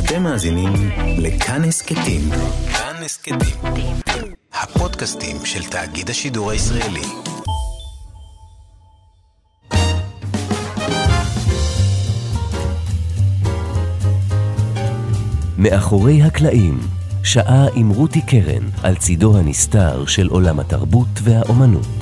אתם מאזינים לכאן הסקטים. כאן הסקטים. הפודקאסטים של תאגיד השידור הישראלי. מאחורי הקלעים, שעה עם רותי קרן על צידו הנסתר של עולם התרבות והאומנות.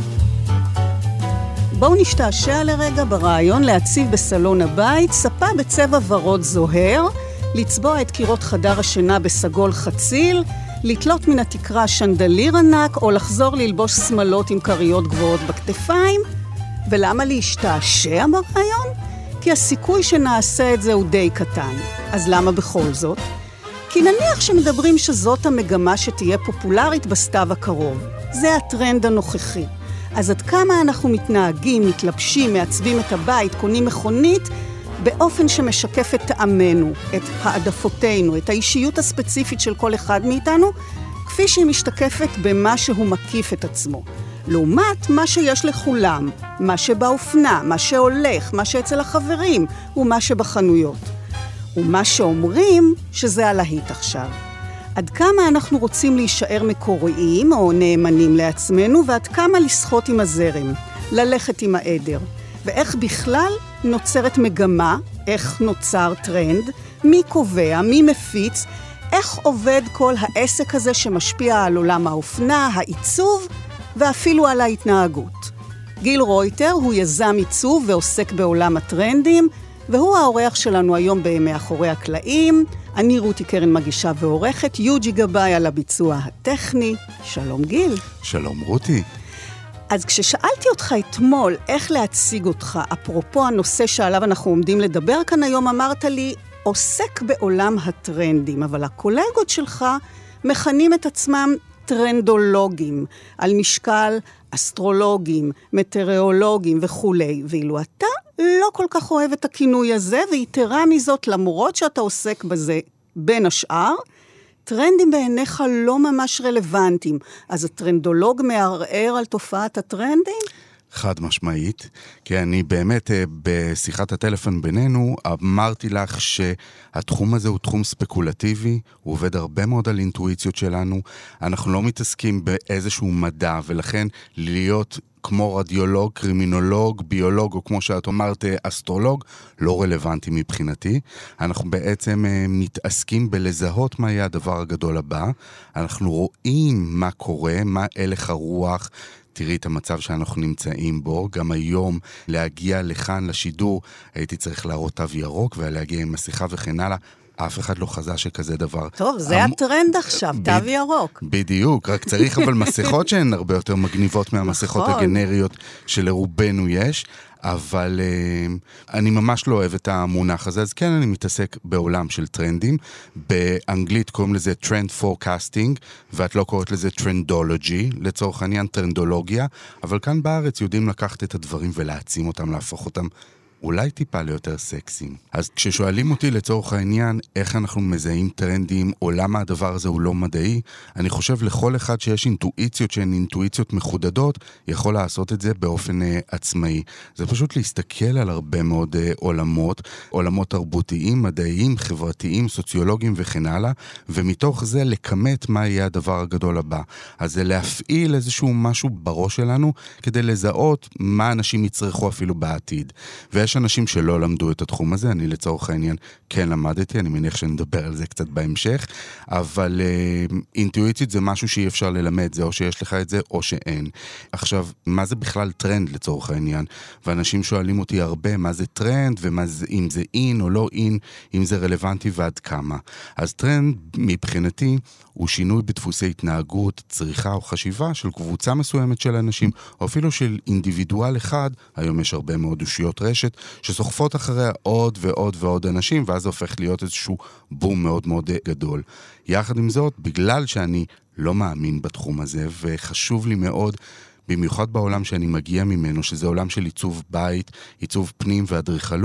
בואו נשתעשע לרגע ברעיון להציב בסלון הבית ספה בצבע ורוד זוהר, לצבוע את קירות חדר השינה בסגול חציל, לתלות מן התקרה שנדליר ענק או לחזור ללבוש שמלות עם קריות גבוהות בכתפיים. ולמה להשתעשע ברעיון? כי הסיכוי שנעשה את זה הוא די קטן. אז למה בכל זאת? כי נניח שמדברים שזאת המגמה שתהיה פופולרית בסתיו הקרוב. זה הטרנד הנוכחי. אז עד כמה אנחנו מתנהגים, מתלבשים, מעצבים את הבית, קונים מכונית, באופן שמשקף את טעמנו, את העדפותינו, את האישיות הספציפית של כל אחד מאיתנו, כפי שהיא משתקפת במה שהוא מקיף את עצמו. לעומת מה שיש לכולם, מה שבאופנה, מה שהולך, מה שאצל החברים, ומה שבחנויות. ומה שאומרים שזה הלהיט עכשיו. עד כמה אנחנו רוצים להישאר מקוריים או נאמנים לעצמנו, ועד כמה לשחות עם הזרם, ללכת עם העדר. ואיך בכלל נוצרת מגמה, איך נוצר טרנד, מי קובע, מי מפיץ, איך עובד כל העסק הזה שמשפיע על עולם האופנה, העיצוב, ואפילו על ההתנהגות. גיל רויטר הוא יזם עיצוב ועוסק בעולם הטרנדים, והוא האורח שלנו היום מאחורי הקלעים. אני רותי קרן מגישה ועורכת, יוג'י גבאי על הביצוע הטכני. שלום גיל. שלום רותי. אז כששאלתי אותך אתמול איך להציג אותך, אפרופו הנושא שעליו אנחנו עומדים לדבר כאן היום, אמרת לי, עוסק בעולם הטרנדים, אבל הקולגות שלך מכנים את עצמם טרנדולוגים, על משקל אסטרולוגים, מטאורולוגים וכו'. ואילו אתה לא כל כך אוהב את הכינוי הזה, ויתרה מזאת, למרות שאתה עוסק בזה בין השאר, טרנדים בעיניך לא ממש רלוונטיים. אז הטרנדולוג מערער על תופעת הטרנדים? חד משמעית, כי אני באמת בשיחת הטלפון בינינו אמרתי לך שהתחום הזה הוא תחום ספקולטיבי, הוא עובד הרבה מאוד על אינטואיציות שלנו, אנחנו לא מתעסקים באיזשהו מדע, ולכן להיות כמו רדיולוג, קרימינולוג, ביולוג, או כמו שאת אומרת, אסטרולוג, לא רלוונטי מבחינתי. אנחנו בעצם מתעסקים בלזהות מה יהיה הדבר הגדול הבא. אנחנו רואים מה קורה, מה הלך הרוח. תראי את המצב שאנחנו נמצאים בו. גם היום להגיע לכאן לשידור, הייתי צריך להראות תו ירוק, ולהגיע עם מסכה וכן הלאה. אף אחד לא חזה שכזה דבר. טוב, זה הטרנד עכשיו, תו ירוק. בדיוק, רק צריך אבל מסכות שהן הרבה יותר מגניבות מהמסכות הגנריות שלרובנו יש, אבל אני ממש לא אוהב את המונח הזה, אז כן אני מתעסק בעולם של טרנדים, באנגלית קוראים לזה trend forecasting, ואת לא קוראת לזה trendology, לצורך העניין טרנדולוגיה, אבל כאן בארץ יודעים לקחת את הדברים ולהעצים אותם, להפוך אותם אולי טיפה ליותר סקסיים. אז כששואלים אותי לצורך העניין איך אנחנו מזהים טרנדים או למה הדבר הזה הוא לא מדעי, אני חושב לכל אחד שיש אינטואיציות שהן אינטואיציות מחודדות, יכול לעשות את זה באופן עצמאי. זה פשוט להסתכל על הרבה מאוד עולמות תרבותיים, מדעיים, חברתיים, סוציולוגיים וכן הלאה, ומתוך זה לקמת מה יהיה הדבר הגדול הבא. אז זה להפעיל איזשהו משהו בראש שלנו כדי לזהות מה אנשים יצרכו אפילו בעתיד. ויש אנשים שלא למדו את התחום הזה, אני לצורך העניין כן למדתי, אני מניח שנדבר על זה קצת בהמשך, אבל אינטואיציות זה משהו שאי אפשר ללמד, זה או שיש לך את זה או שאין. עכשיו, מה זה בכלל טרנד לצורך העניין? ואנשים שואלים אותי הרבה מה זה טרנד, אם זה אין או לא אין, אם זה רלוונטי ועד כמה. אז טרנד מבחינתי הוא שינוי בדפוסי התנהגות, צריכה או חשיבה של קבוצה מסוימת של אנשים, או אפילו של אינדיבידואל אחד, היום יש הרבה מאוד אושיות רשת, שסוחפות אחריה עוד ועוד ועוד אנשים, ואז זה הופך להיות איזשהו בום מאוד מאוד גדול. יחד עם זאת, בגלל שאני לא מאמין בתחום הזה, וחשוב לי מאוד, במיוחד בעולם שאני מגיע ממנו, שזה עולם של עיצוב בית, עיצוב פנים ואדריכלות,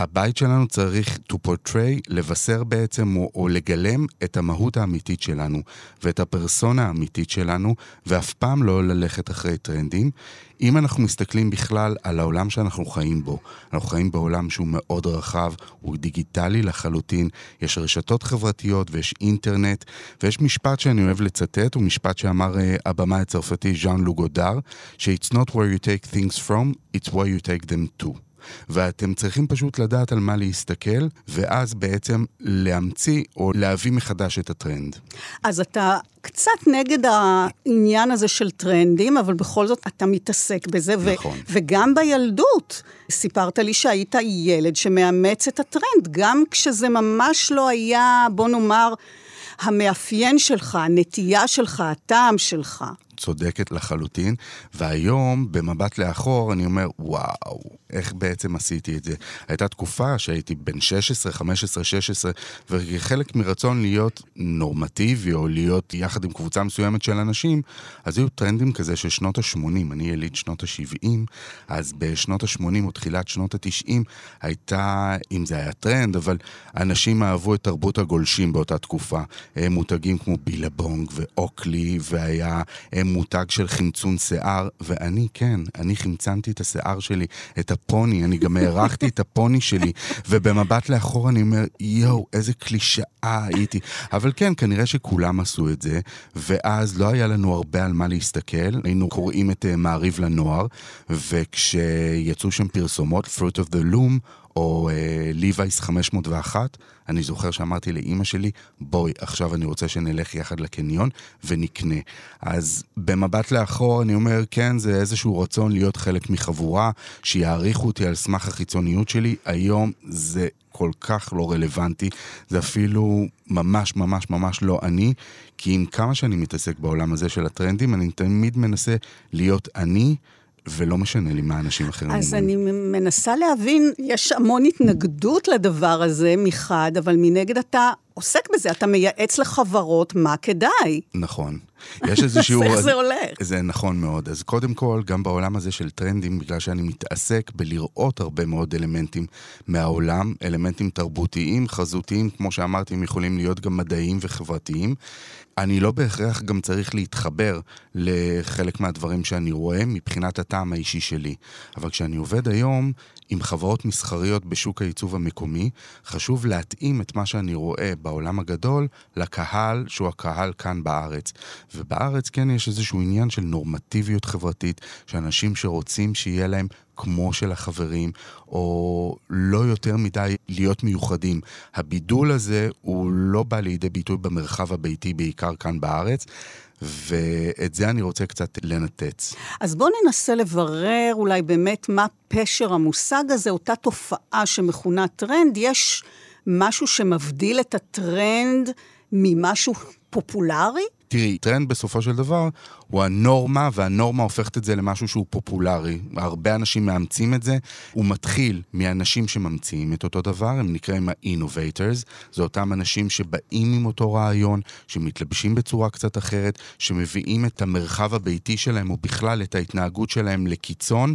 הבית שלנו צריך to portray, לבשר בעצם או לגלם את המהות האמיתית שלנו ואת הפרסונה האמיתית שלנו, ואף פעם לא ללכת אחרי טרנדים. אם אנחנו מסתכלים בכלל על העולם שאנחנו חיים בו, אנחנו חיים בעולם שהוא מאוד רחב, הוא דיגיטלי לחלוטין, יש רשתות חברתיות ויש אינטרנט, ויש משפט שאני אוהב לצטט, הוא משפט שאמר הבמאי הצרפתי ז'אן לוק גודאר, ש-It's not where you take things from, it's where you take them to. ואתם צריכים פשוט לדעת על מה להסתכל, ואז בעצם להמציא או להביא מחדש את הטרנד. אז אתה קצת נגד העניין הזה של טרנדים, אבל בכל זאת אתה מתעסק בזה, נכון. וגם בילדות. סיפרת לי שהיית ילד שמאמץ את הטרנד, גם כשזה ממש לא היה, בוא נאמר, המאפיין שלך, הנטייה שלך, הטעם שלך. צודקת לחלוטין, והיום במבט לאחור אני אומר, וואו, איך בעצם עשיתי את זה? הייתה תקופה שהייתי בן 16, 15, 16, וחלק מרצון להיות נורמטיבי, או להיות יחד עם קבוצה מסוימת של אנשים, אז היו טרנדים כזה של שנות ה-80, אני יליד שנות ה-70, אז בשנות ה-80 או תחילת שנות ה-90, הייתה, אם זה היה טרנד, אבל אנשים אהבו את תרבות הגולשים באותה תקופה, מותגים כמו בילבונג ואוקלי, והיה מותג של חמצון שיער, ואני, כן, אני חמצנתי את השיער שלי, את הפוני, אני גם הערכתי את הפוני שלי, ובמבט לאחור אני אומר, יואו, איזה קלישאה הייתי. אבל כן, כנראה שכולם עשו את זה, ואז לא היה לנו הרבה על מה להסתכל, היינו קוראים את מעריב לנוער, וכשיצאו שם פרסומות, Fruit of the Loom, או ליווייס 501, אני זוכר שאמרתי לאמא שלי, בואי, עכשיו אני רוצה שנלך יחד לקניון ונקנה. אז במבט לאחור אני אומר, כן, זה איזשהו רצון להיות חלק מחבורה, שיעריכו אותי על סמך החיצוניות שלי. היום זה כל כך לא רלוונטי, זה אפילו ממש ממש ממש לא אני, כי עם כמה שאני מתעסק בעולם הזה של הטרנדים, אני תמיד מנסה להיות אני, ולא משנה לי מה אנשים אחרים אז אומרים. אני מנסה להבין, יש המון התנגדות לדבר הזה מחד, אבל מנגד אתה עוסק בזה, אתה מייעץ לחברות מה כדאי. נכון. יש איזשהו... איך זה הולך? זה נכון מאוד. אז קודם כל, גם בעולם הזה של טרנדים, בגלל שאני מתעסק בלראות הרבה מאוד אלמנטים מהעולם, אלמנטים תרבותיים, חזותיים, כמו שאמרתי, הם יכולים להיות גם מדעיים וחברתיים. אני לא בהכרח גם צריך להתחבר לחלק מהדברים שאני רואה מבחינת הטעם האישי שלי. אבל כשאני עובד היום עם חברות מסחריות בשוק העיצוב המקומי, חשוב להתאים את מה שאני רואה בעולם הגדול לקהל שהוא הקהל כאן בארץ. ובארץ כן יש איזשהו עניין של נורמטיביות חברתית, שאנשים שרוצים שיהיה להם כמו של החברים, או לא יותר מדי להיות מיוחדים. הבידול הזה הוא לא בא לידי ביטוי במרחב הביתי, בעיקר כאן בארץ, ואת זה אני רוצה קצת לנתץ. אז בואו ננסה לברר אולי באמת מה פשר המושג הזה, אותה תופעה שמכונה טרנד. יש משהו שמבדיל את הטרנד ממשהו פופולרי? תראי, טרנד בסופו של דבר הוא הנורמה, והנורמה הופכת את זה למשהו שהוא פופולרי. הרבה אנשים מאמצים את זה, הוא מתחיל מאנשים שממציאים את אותו דבר, הם נקראים ה-innovators, זה אותם אנשים שבאים עם אותו רעיון, שמתלבשים בצורה קצת אחרת, שמביאים את המרחב הביתי שלהם, או בכלל את ההתנהגות שלהם לקיצון,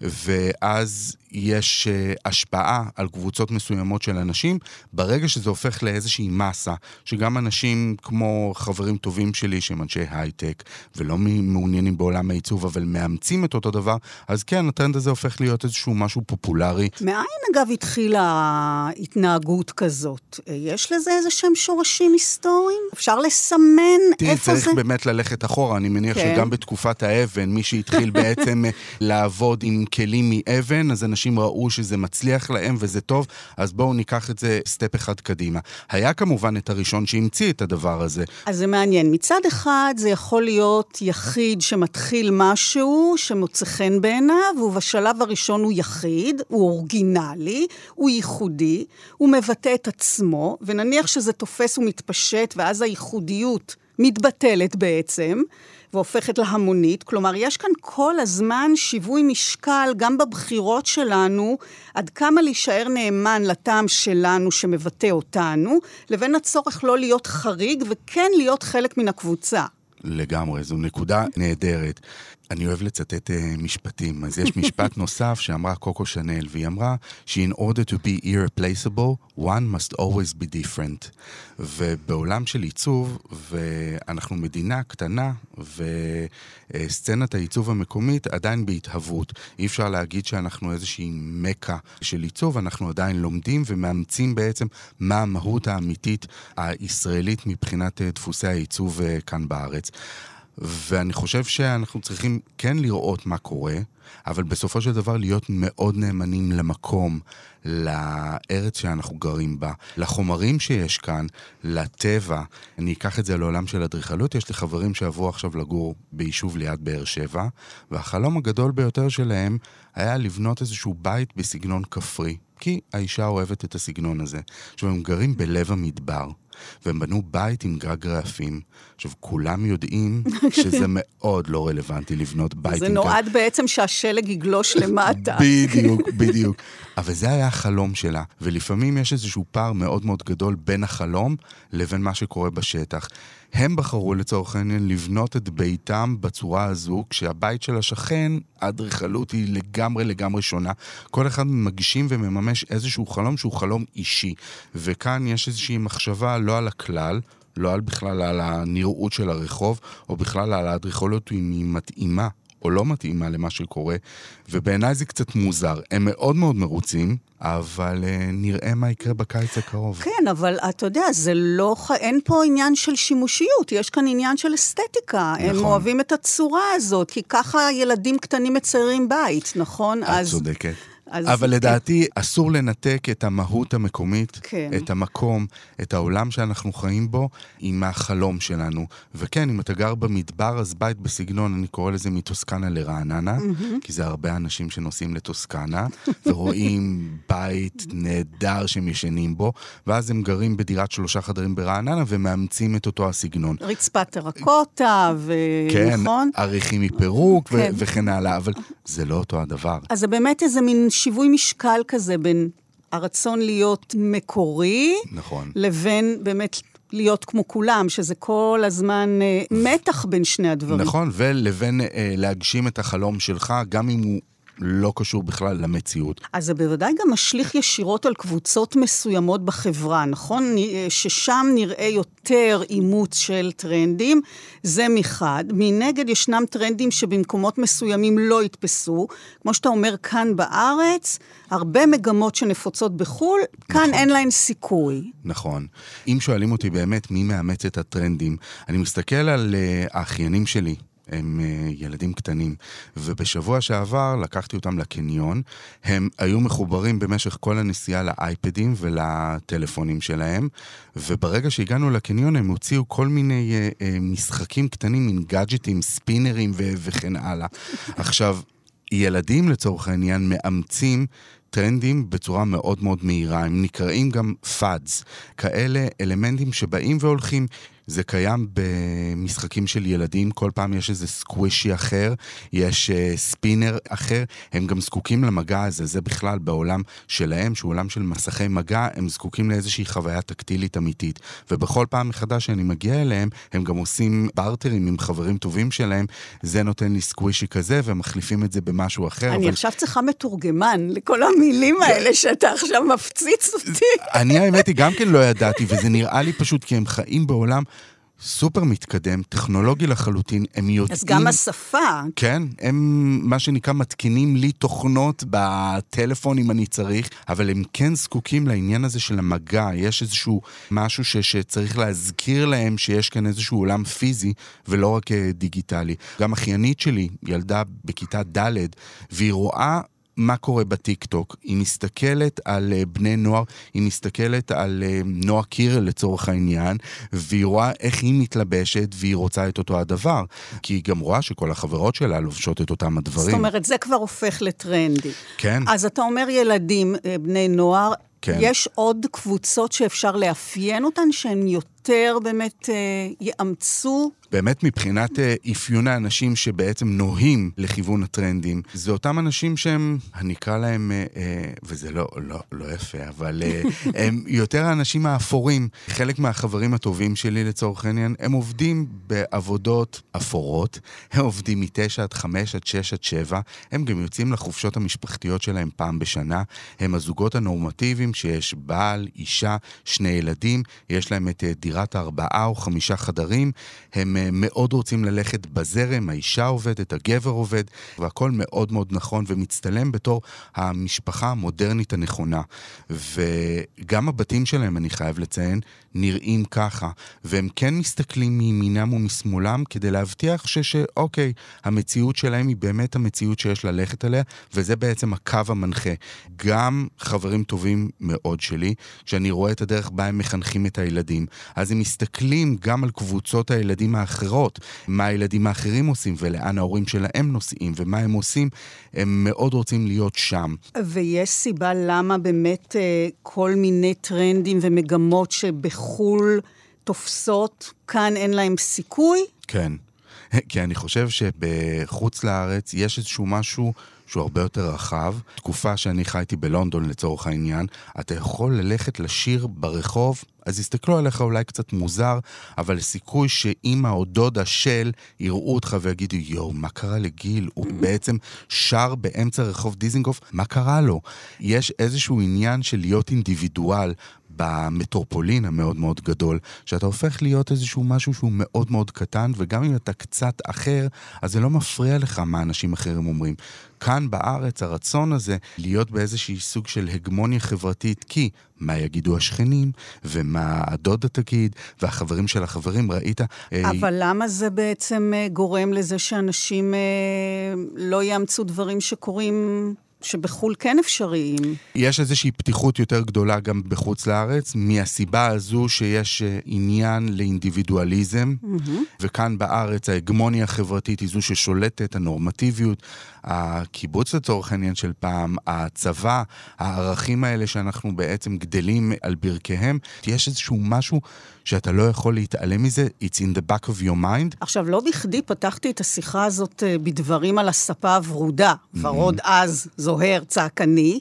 ואז יש השפעה על קבוצות מסוימות של אנשים, ברגע שזה הופך לאיזושהי מסה, שגם אנשים כמו חברים טובים שלי, שהם אנשי הייטק, ולא מעוניינים בעולם העיצוב, אבל מאמצים את אותו דבר, אז כן, הטרנד הזה הופך להיות איזשהו משהו פופולרי. מאין אגב התחילה ההתנהגות כזאת? יש לזה איזה שם שורשים היסטוריים? אפשר לסמן איפה זה? צריך באמת ללכת אחורה, אני מניח שגם בתקופת האבן, מי שהתחיל בעצם לעבוד עם כלים מאבן, אז אנשים ראו שזה מצליח להם וזה טוב, אז בואו ניקח את זה סטפ אחד קדימה. היה כמובן את הראשון שהמציא את הדבר הזה. אז זה מעניין. מצד אחד זה יכול להיות יחיד שמתחיל משהו שמוצא חן בעיניו, ובשלב הראשון הוא יחיד, הוא אורגינלי, הוא ייחודי, הוא מבטא את עצמו, ונניח שזה תופס ומתפשט, ואז הייחודיות מתבטלת בעצם, והופכת להמונית. כלומר, יש כאן כל הזמן שיווי משקל, גם בבחירות שלנו, עד כמה להישאר נאמן לטעם שלנו שמבטא אותנו, לבין הצורך לא להיות חריג, וכן להיות חלק מן הקבוצה. לגמרי, זו נקודה נהדרת. אני אוהב לצטט משפטים, אז יש משפט נוסף שאמרה קוקו שנל, והיא אמרה ש-in order to be irreplaceable, one must always be different. ובעולם של עיצוב, ואנחנו מדינה קטנה, וסצנת העיצוב המקומית עדיין בהתהוות. אי אפשר להגיד שאנחנו איזושהי מקה של עיצוב, אנחנו עדיין לומדים ומאמצים בעצם מה המהות האמיתית הישראלית מבחינת דפוסי העיצוב כאן בארץ. ואני חושב שאנחנו צריכים כן לראות מה קורה, אבל בסופו של דבר להיות מאוד נאמנים למקום, לארץ שאנחנו גרים בה, לחומרים שיש כאן, לטבע. אני אקח את זה לעולם של אדריכלות, יש לי חברים שעברו עכשיו לגור ביישוב ליד באר שבע, והחלום הגדול ביותר שלהם היה לבנות איזשהו בית בסגנון כפרי, כי האישה אוהבת את הסגנון הזה. עכשיו הם גרים בלב המדבר, והם בנו בית עם גג רעפים. עכשיו, כולם יודעים שזה מאוד לא רלוונטי לבנות בית עם גג. זה נועד בעצם שהשלג יגלוש למטה. בדיוק, בדיוק. אבל זה היה החלום שלה, ולפעמים יש איזשהו פער מאוד מאוד גדול בין החלום לבין מה שקורה בשטח. הם בחרו לצורך העניין לבנות את ביתם בצורה הזו, כשהבית של השכן, האדריכלות היא לגמרי שונה. כל אחד מגשים ומממש איזשהו חלום שהוא חלום אישי. וכאן יש איזושהי מחשבה לא על הכלל, לא על בכלל על הנראות של הרחוב, או בכלל על האדריכלות אם היא מתאימה או לא מתאימה למה שקורה, ובעיניי זה קצת מוזר. הם מאוד מאוד מרוצים, אבל נראה מה יקרה בקיץ הקרוב. כן, אבל אתה יודע, זה לא, אין פה עניין של שימושיות, יש כאן עניין של אסתטיקה. נכון. הם אוהבים את הצורה הזאת, כי ככה ילדים קטנים מציירים בית, נכון? את צודקת. אבל לדעתי אסור לנתק את המהות המקומית, כן. את המקום, את העולם שאנחנו חיים בו, עם החלום שלנו. וכן, אם אתה גר במדבר, אז בית בסגנון, אני קורא לזה מטוסקנה לרעננה, כי זה הרבה אנשים שנוסעים לטוסקנה, ורואים בית נהדר שהם ישנים בו, ואז הם גרים בדירת 3 חדרים ברעננה, ומאמצים את אותו הסגנון. רצפת טרקוטה, כן, נכון? עריכים מפירוק, כן. וכן הלאה, אבל זה לא אותו הדבר. אז זה באמת איזה מין שיווי משקל כזה בין הרצון להיות מקורי, נכון. לבין באמת להיות כמו כולם, שזה כל הזמן מתח בין שני הדברים. נכון, ולבין להגשים את החלום שלך, גם אם הוא לא קשור בכלל למציאות. אז זה בוודאי גם משליך ישירות על קבוצות מסוימות בחברה, נכון? ששם נראה יותר אימוץ של טרנדים, זה מחד. מנגד ישנם טרנדים שבמקומות מסוימים לא יתפסו, כמו שאתה אומר כאן בארץ, הרבה מגמות שנפוצות בחול, כאן נכון. אין להן סיכוי. נכון. אם שואלים אותי באמת מי מאמץ את הטרנדים, אני מסתכל על האחיינים שלי, הם ילדים קטנים, ובשבוע שעבר לקחתי אותם לקניון, הם היו מחוברים במשך כל הנסיעה לאייפדים ולטלפונים שלהם, וברגע שהגענו לקניון הם הוציאו כל מיני משחקים קטנים, מין גאדג'טים, ספינרים וכן הלאה. עכשיו, ילדים לצורך העניין מאמצים טרנדים בצורה מאוד מאוד מהירה, הם נקראים גם פאדס, כאלה אלמנטים שבאים והולכים, זה קיים במשחקים של ילדים, כל פעם יש איזה סקווישי אחר, יש ספינר אחר, הם גם זקוקים למגע הזה, זה בכלל בעולם שלהם, שהוא עולם של מסכי מגע, הם זקוקים לאיזושהי חוויה טקטילית אמיתית, ובכל פעם מחדש שאני מגיע אליהם, הם גם עושים בארטרים עם חברים טובים שלהם, זה נותן לי סקווישי כזה, ומחליפים את זה במשהו אחר. אני עכשיו צריכה מתורגמן לכל המילים האלה שאתה עכשיו מפציץ אותי. אני האמת היא גם כן לא ידעתי, וזה נראה לי פשוט כי הם חיים בעולם סופר מתקדם, טכנולוגי לחלוטין, הם יודעים... אז גם השפה. כן, הם מה שנקרא מתקינים לי תוכנות בטלפון אם אני צריך, אבל הם כן זקוקים לעניין הזה של המגע, יש איזשהו משהו שצריך להזכיר להם שיש כאן איזשהו עולם פיזי ולא רק דיגיטלי. גם אחיינית שלי, ילדה בכיתה ד' והיא רואה מה קורה בטיק-טוק, היא מסתכלת על בני נוער, היא מסתכלת על נועה קירל לצורך העניין, והיא רואה איך היא מתלבשת, והיא רוצה את אותו הדבר, כי היא גם רואה שכל החברות שלה לובשות את אותם הדברים. זאת אומרת, זה כבר הופך לטרנדי. כן. אז אתה אומר ילדים, בני נוער, כן. יש עוד קבוצות שאפשר לאפיין אותן, שהן יותר יותר באמת יאמצו? באמת מבחינת אפיון האנשים שבעצם נוהים לכיוון הטרנדים, זה אותם אנשים שהם, אני אקרא להם, וזה לא יפה, אבל הם יותר האנשים האפורים. חלק מהחברים הטובים שלי לצורך העניין, הם עובדים בעבודות אפורות, הם עובדים מ-9 עד 5 עד 6 עד 7, הם גם יוצאים לחופשות המשפחתיות שלהם פעם בשנה, הם הזוגות הנורמטיביים שיש בעל, אישה, 2 ילדים, יש להם את דירת 4 או 5 חדרים, הם מאוד רוצים ללכת בזרם, האישה עובדת, הגבר עובד, והכל מאוד מאוד נכון ומצטלם בתור המשפחה המודרנית הנכונה. וגם הבתים שלהם, אני חייב לציין, נראים ככה, והם כן מסתכלים מימינם ומשמאלם כדי להבטיח שאוקיי, המציאות שלהם היא באמת המציאות שיש ללכת עליה, וזה בעצם הקו המנחה. גם חברים טובים מאוד שלי, כשאני רואה את הדרך בה הם מחנכים את הילדים, אז הם מסתכלים גם על קבוצות הילדים האחרות, מה הילדים האחרים עושים, ולאן ההורים שלהם נוסעים, ומה הם עושים, הם מאוד רוצים להיות שם. ויש סיבה למה באמת כל מיני טרנדים ומגמות שבחול תופסות, כאן אין להם סיכוי? כן, כי אני חושב שבחוץ לארץ יש איזשהו משהו שהוא הרבה יותר רחב. תקופה שאני חייתי בלונדון לצורך העניין, אתה יכול ללכת לשיר ברחוב, אז יסתכלו עליך אולי קצת מוזר, אבל סיכוי שאמא או דודה של יראו אותך ויגידו, יו, מה קרה לגיל? הוא בעצם שר באמצע רחוב דיזינגוף, מה קרה לו? יש איזשהו עניין של להיות אינדיבידואל במטרופולין המאוד מאוד גדול, שאתה הופך להיות איזשהו משהו שהוא מאוד מאוד קטן, וגם אם אתה קצת אחר, אז זה לא מפריע לך מה אנשים אחרים אומרים. כאן בארץ הרצון הזה להיות באיזושהי סוג של הגמוניה חברתית, כי מה יגידו השכנים, ומה הדודה תגיד, והחברים של החברים, ראית? אבל למה זה בעצם גורם לזה שאנשים לא יאמצו דברים שקורים שבחול כן אפשריים? יש איזושהי פתיחות יותר גדולה גם בחוץ לארץ, מהסיבה הזו שיש עניין לאינדיבידואליזם, וכאן בארץ ההגמוניה החברתית היא זו ששולטת, הנורמטיביות, הקיבוץ לצורך העניין של פעם, הצבא, הערכים האלה שאנחנו בעצם גדלים על ברכיהם, יש איזשהו משהו שאתה לא יכול להתעלם מזה, it's in the back of your mind. עכשיו, לא בכדי פתחתי את השיחה הזאת בדברים על הספה הוורודה, ורוד אז, זוהר, צעקני.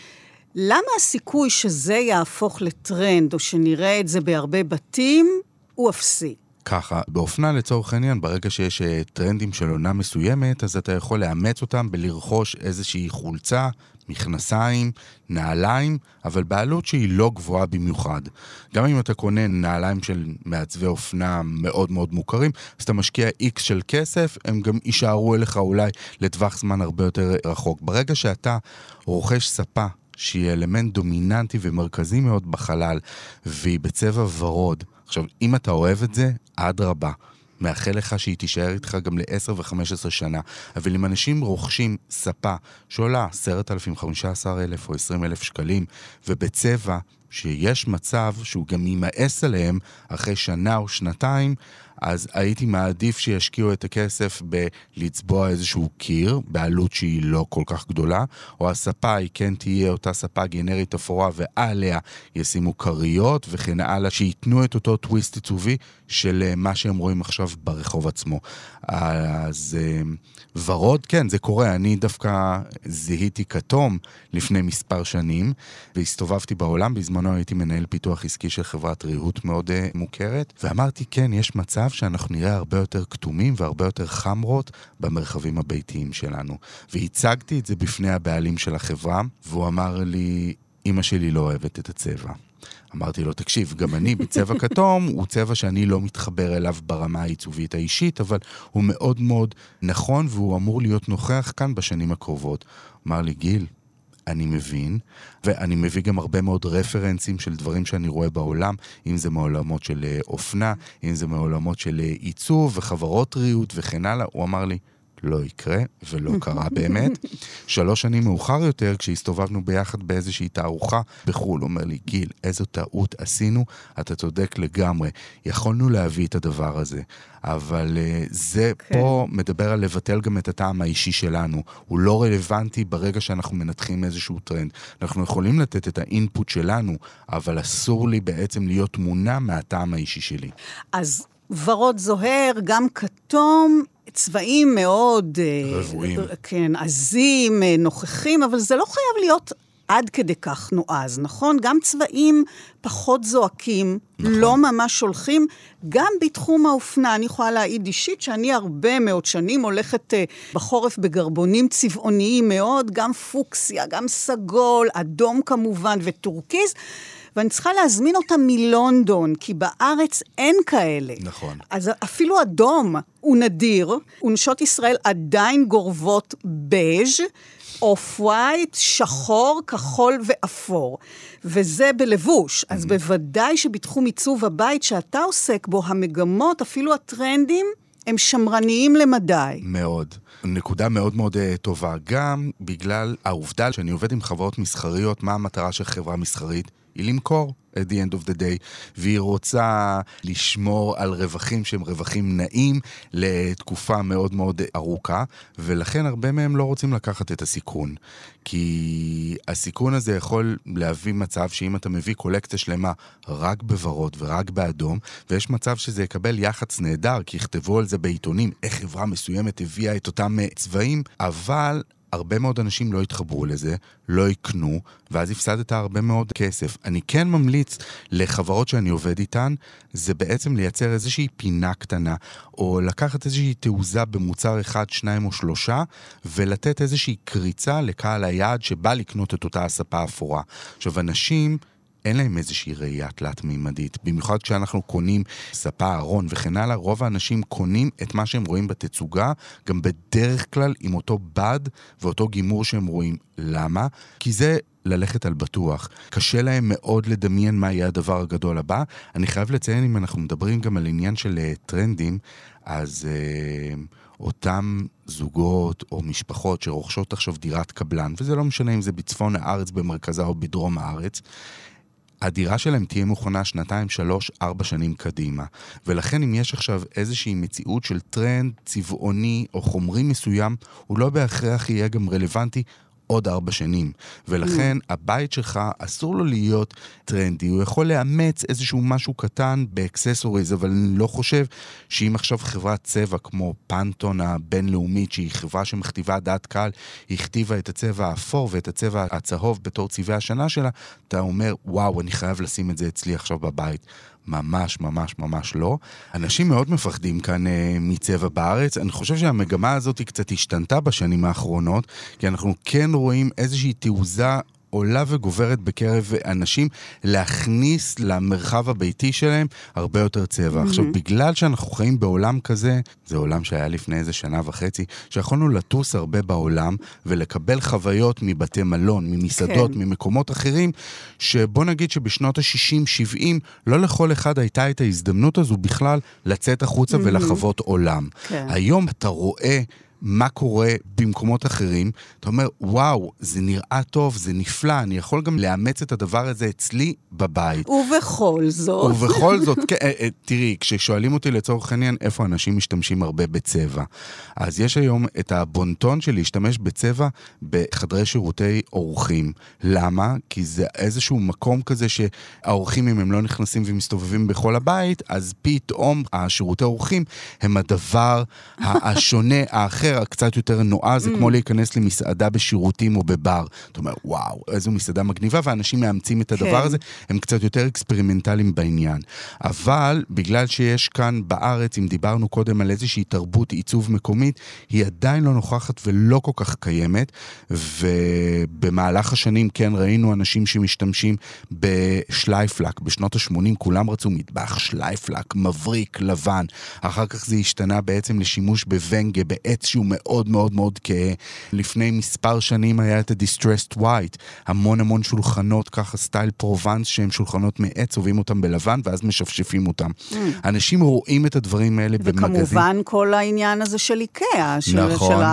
למה הסיכוי שזה יהפוך לטרנד, או שנראה את זה בהרבה בתים, הוא אפסי? ככה, באופנה לצורך העניין, ברגע שיש טרנדים של עונה מסוימת, אז אתה יכול לאמץ אותם בלרכוש איזושהי חולצה, מכנסיים, נעליים, אבל בעלות שהיא לא גבוהה במיוחד. גם אם אתה קונה נעליים של מעצבי אופנה מאוד מאוד מוכרים, אז אתה משקיע X של כסף, הם גם יישארו אליך אולי לטווח זמן הרבה יותר רחוק. ברגע שאתה רוכש ספה, שהיא אלמנט דומיננטי ומרכזי מאוד בחלל, והיא בצבע ורוד, עכשיו, אם אתה אוהב את זה, עד רבה. מאחל לך שהיא תישאר איתך גם ל-10 ו-15 שנה. אבל אם אנשים רוכשים ספה שעולה 10,000, 15,000 או 20,000 שקלים, ובצבע שיש מצב שהוא גם יימאס עליהם אחרי שנה או שנתיים, אז הייתי מעדיף שישקיעו את הכסף בלצבוע איזשהו קיר, בעלות שהיא לא כל כך גדולה, או הספה היא כן תהיה אותה ספה גנרית אפורה, ועליה ישימו קריות וכן הלאה, שיתנו את אותו טוויסט עיצובי של מה שהם רואים עכשיו ברחוב עצמו. אז ורוד, כן, זה קורה. אני דווקא זיהיתי כתום לפני מספר שנים, והסתובבתי בעולם, בזמנו הייתי מנהל פיתוח עסקי של חברת ריהוט מאוד מוכרת, ואמרתי, כן, יש מצב שאנחנו נראה הרבה יותר כתומים והרבה יותר חמרות במרחבים הביתיים שלנו. והצגתי את זה בפני הבעלים של החברה, והוא אמר לי, אמא שלי לא אוהבת את הצבע. אמרתי לו, תקשיב, גם אני בצבע כתום, הוא צבע שאני לא מתחבר אליו ברמה העיצובית האישית, אבל הוא מאוד מאוד נכון, והוא אמור להיות נוכח כאן בשנים הקרובות. אמר לי, גיל, אני מבין, ואני מביא גם הרבה מאוד רפרנסים של דברים שאני רואה בעולם, אם זה מעולמות של אופנה, אם זה מעולמות של עיצוב וחברות ריהוט וכן הלאה. הוא אמר לי, לא יקרה, ולא קרה באמת. 3 שנים מאוחר יותר, כשהסתובבנו ביחד באיזושהי תערוכה בחול, אומר לי, גיל, איזו טעות עשינו, אתה צודק לגמרי. יכולנו להביא את הדבר הזה, אבל זה פה מדבר על לבטל גם את הטעם האישי שלנו. הוא לא רלוונטי ברגע שאנחנו מנתחים איזשהו טרנד. אנחנו יכולים לתת את האינפוט שלנו, אבל אסור לי בעצם להיות מונע מהטעם האישי שלי. אז ורוד זוהר, גם כתום, צבעים מאוד רבועים. כן, עזים, נוכחים, אבל זה לא חייב להיות עד כדי כך נועז, נכון? גם צבעים פחות זועקים, נכון. לא ממש שולחים, גם בתחום האופנה. אני יכולה להעיד אישית שאני הרבה מאוד שנים הולכת בחורף בגרבונים צבעוניים מאוד, גם פוקסיה, גם סגול, אדום כמובן וטורקיז, ואני צריכה להזמין אותם מלונדון, כי בארץ אין כאלה. נכון. אז אפילו אדום הוא נדיר, ונשות ישראל עדיין גורבות בז', אוף ווייט, שחור, כחול ואפור. וזה בלבוש. אז בוודאי שבתחום עיצוב הבית שאתה עוסק בו, המגמות, אפילו הטרנדים, הם שמרניים למדי. מאוד. נקודה מאוד מאוד טובה. גם בגלל העובדה שאני עובד עם חברות מסחריות, מה המטרה של חברה מסחרית? היא למכור at the end of the day, והיא רוצה לשמור על רווחים שהם רווחים נעים לתקופה מאוד מאוד ארוכה, ולכן הרבה מהם לא רוצים לקחת את הסיכון. כי הסיכון הזה יכול להביא מצב שאם אתה מביא קולקציה שלמה רק בוורוד ורק באדום, ויש מצב שזה יקבל יחץ נהדר, כי יכתבו על זה בעיתונים, איך חברה מסוימת הביאה את אותם צבעים, אבל הרבה מאוד אנשים לא יתחברו לזה, לא יקנו, ואז הפסדת הרבה מאוד כסף. אני כן ממליץ לחברות שאני עובד איתן, זה בעצם לייצר איזושהי פינה קטנה, או לקחת איזושהי תעוזה במוצר 1, 2 או 3, ולתת איזושהי קריצה לקהל היעד שבא לקנות את אותה הספה אפורה. עכשיו, אנשים אין להם איזושהי ראייה תלת-מימדית. במיוחד כשאנחנו קונים ספה, ארון וכן הלאה, רוב האנשים קונים את מה שהם רואים בתצוגה, גם בדרך כלל עם אותו בד ואותו גימור שהם רואים. למה? כי זה ללכת על בטוח. קשה להם מאוד לדמיין מה יהיה הדבר הגדול הבא. אני חייב לציין, אם אנחנו מדברים גם על עניין של טרנדים, אז אותם זוגות או משפחות שרוכשות עכשיו דירת קבלן, וזה לא משנה אם זה בצפון הארץ, במרכזה או בדרום הארץ, הדירה שלהם תהיה מוכנה 2, 3, 4 שנים קדימה. ולכן אם יש עכשיו איזושהי מציאות של טרנד צבעוני או חומרי מסוים, הוא לא בהכרח יהיה גם רלוונטי עוד 4 שנים. ולכן הבית שלך אסור לו להיות טרנדי. הוא יכול לאמץ איזשהו משהו קטן באקססוריז, אבל אני לא חושב שאם עכשיו חברת צבע כמו פנטון הבינלאומית, שהיא חברה שמכתיבה דעת קהל, היא הכתיבה את הצבע האפור ואת הצבע הצהוב בתור צבעי השנה שלה, אתה אומר, וואו, אני חייב לשים את זה אצלי עכשיו בבית. ממש, ממש, ממש לא. אנשים מאוד מפחדים כאן מצבע בארץ. אני חושב שהמגמה הזאת היא קצת השתנתה בשנים האחרונות, כי אנחנו כן רואים איזושהי תעוזה עולה וגוברת בקרב אנשים להכניס למרחב הביתי שלהם הרבה יותר צבע. עכשיו, בגלל שאנחנו חיים בעולם כזה, זה עולם שהיה לפני איזה 1.5 שנה, שיכולנו לטוס הרבה בעולם ולקבל חוויות מבתי מלון, ממסעדות, ממקומות אחרים, שבוא נגיד שבשנות ה-60-70, לא לכל אחד הייתה את ההזדמנות הזו בכלל לצאת החוצה ולחוות עולם. היום אתה רואה מה קורה במקומות אחרים, אתה אומר, וואו, זה נראה טוב, זה נפלא, אני יכול גם לאמץ את הדבר הזה אצלי בבית. ובכל זאת. תראי, כששואלים אותי לצורך העניין, איפה אנשים משתמשים הרבה בצבע? אז יש היום את הבונטון של להשתמש בצבע בחדרי שירותי אורחים. למה? כי זה איזשהו מקום כזה שהאורחים, אם הם לא נכנסים ומסתובבים בכל הבית, אז פתאום השירותי אורחים הם הדבר השונה, האחר, קצת יותר נועז, זה כמו להיכנס למסעדה בשירותים או בבר. אתה אומר, וואו, איזו מסעדה מגניבה, ואנשים מאמצים את הדבר הזה, הם קצת יותר אקספרימנטליים בעניין. אבל, בגלל שיש כאן בארץ, אם דיברנו קודם על איזושהי תרבות עיצוב מקומית, היא עדיין לא נוכחת ולא כל כך קיימת, ובמהלך השנים כן ראינו אנשים שמשתמשים בשלייפלק. בשנות ה-80 כולם רצו מטבח שלייפלק, מבריק, לבן. אחר כך זה השתנה בעצם לשימוש בוונגה, בעץ שהוא שהוא מאוד מאוד מאוד כהה. לפני מספר שנים היה את ה-Distressed White, המון שולחנות ככה סטייל פרובנס, שהם שולחנות מעץ, צובעים אותם בלבן ואז משפשפים אותם. אנשים רואים את הדברים האלה במגזין. וכמובן כל העניין הזה של איקאה, של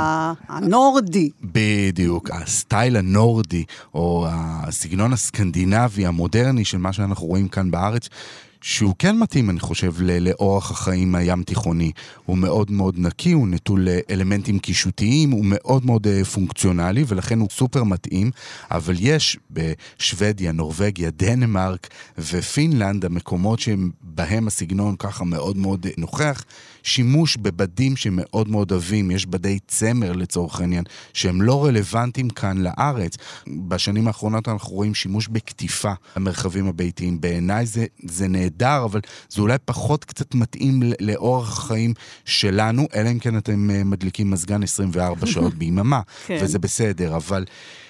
הנורדי. בדיוק, הסטייל הנורדי, או הסגנון הסקנדינבי המודרני של מה שאנחנו רואים כאן בארץ, שהוא כן מתאים, אני חושב, לאורח החיים הים תיכוני. הוא מאוד מאוד נקי, הוא נטול אלמנטים קישוטיים, הוא מאוד מאוד פונקציונלי, ולכן הוא סופר מתאים, אבל יש בשוודיה, נורווגיה, דנמרק ופינלנד, המקומות שבהם הסגנון ככה מאוד מאוד נוכח, שימוש בבדים שמאוד מאוד אוהבים, יש בדי צמר לצורך העניין, שהם לא רלוונטיים כאן לארץ. בשנים האחרונות אנחנו רואים שימוש בכתיפה המרחבים הביתיים. בעיניי זה נהדר, אבל זה אולי פחות קצת מתאים לאורח החיים שלנו, אלא אם כן אתם מדליקים מזגן 24 שעות ביממה, וזה בסדר, אבל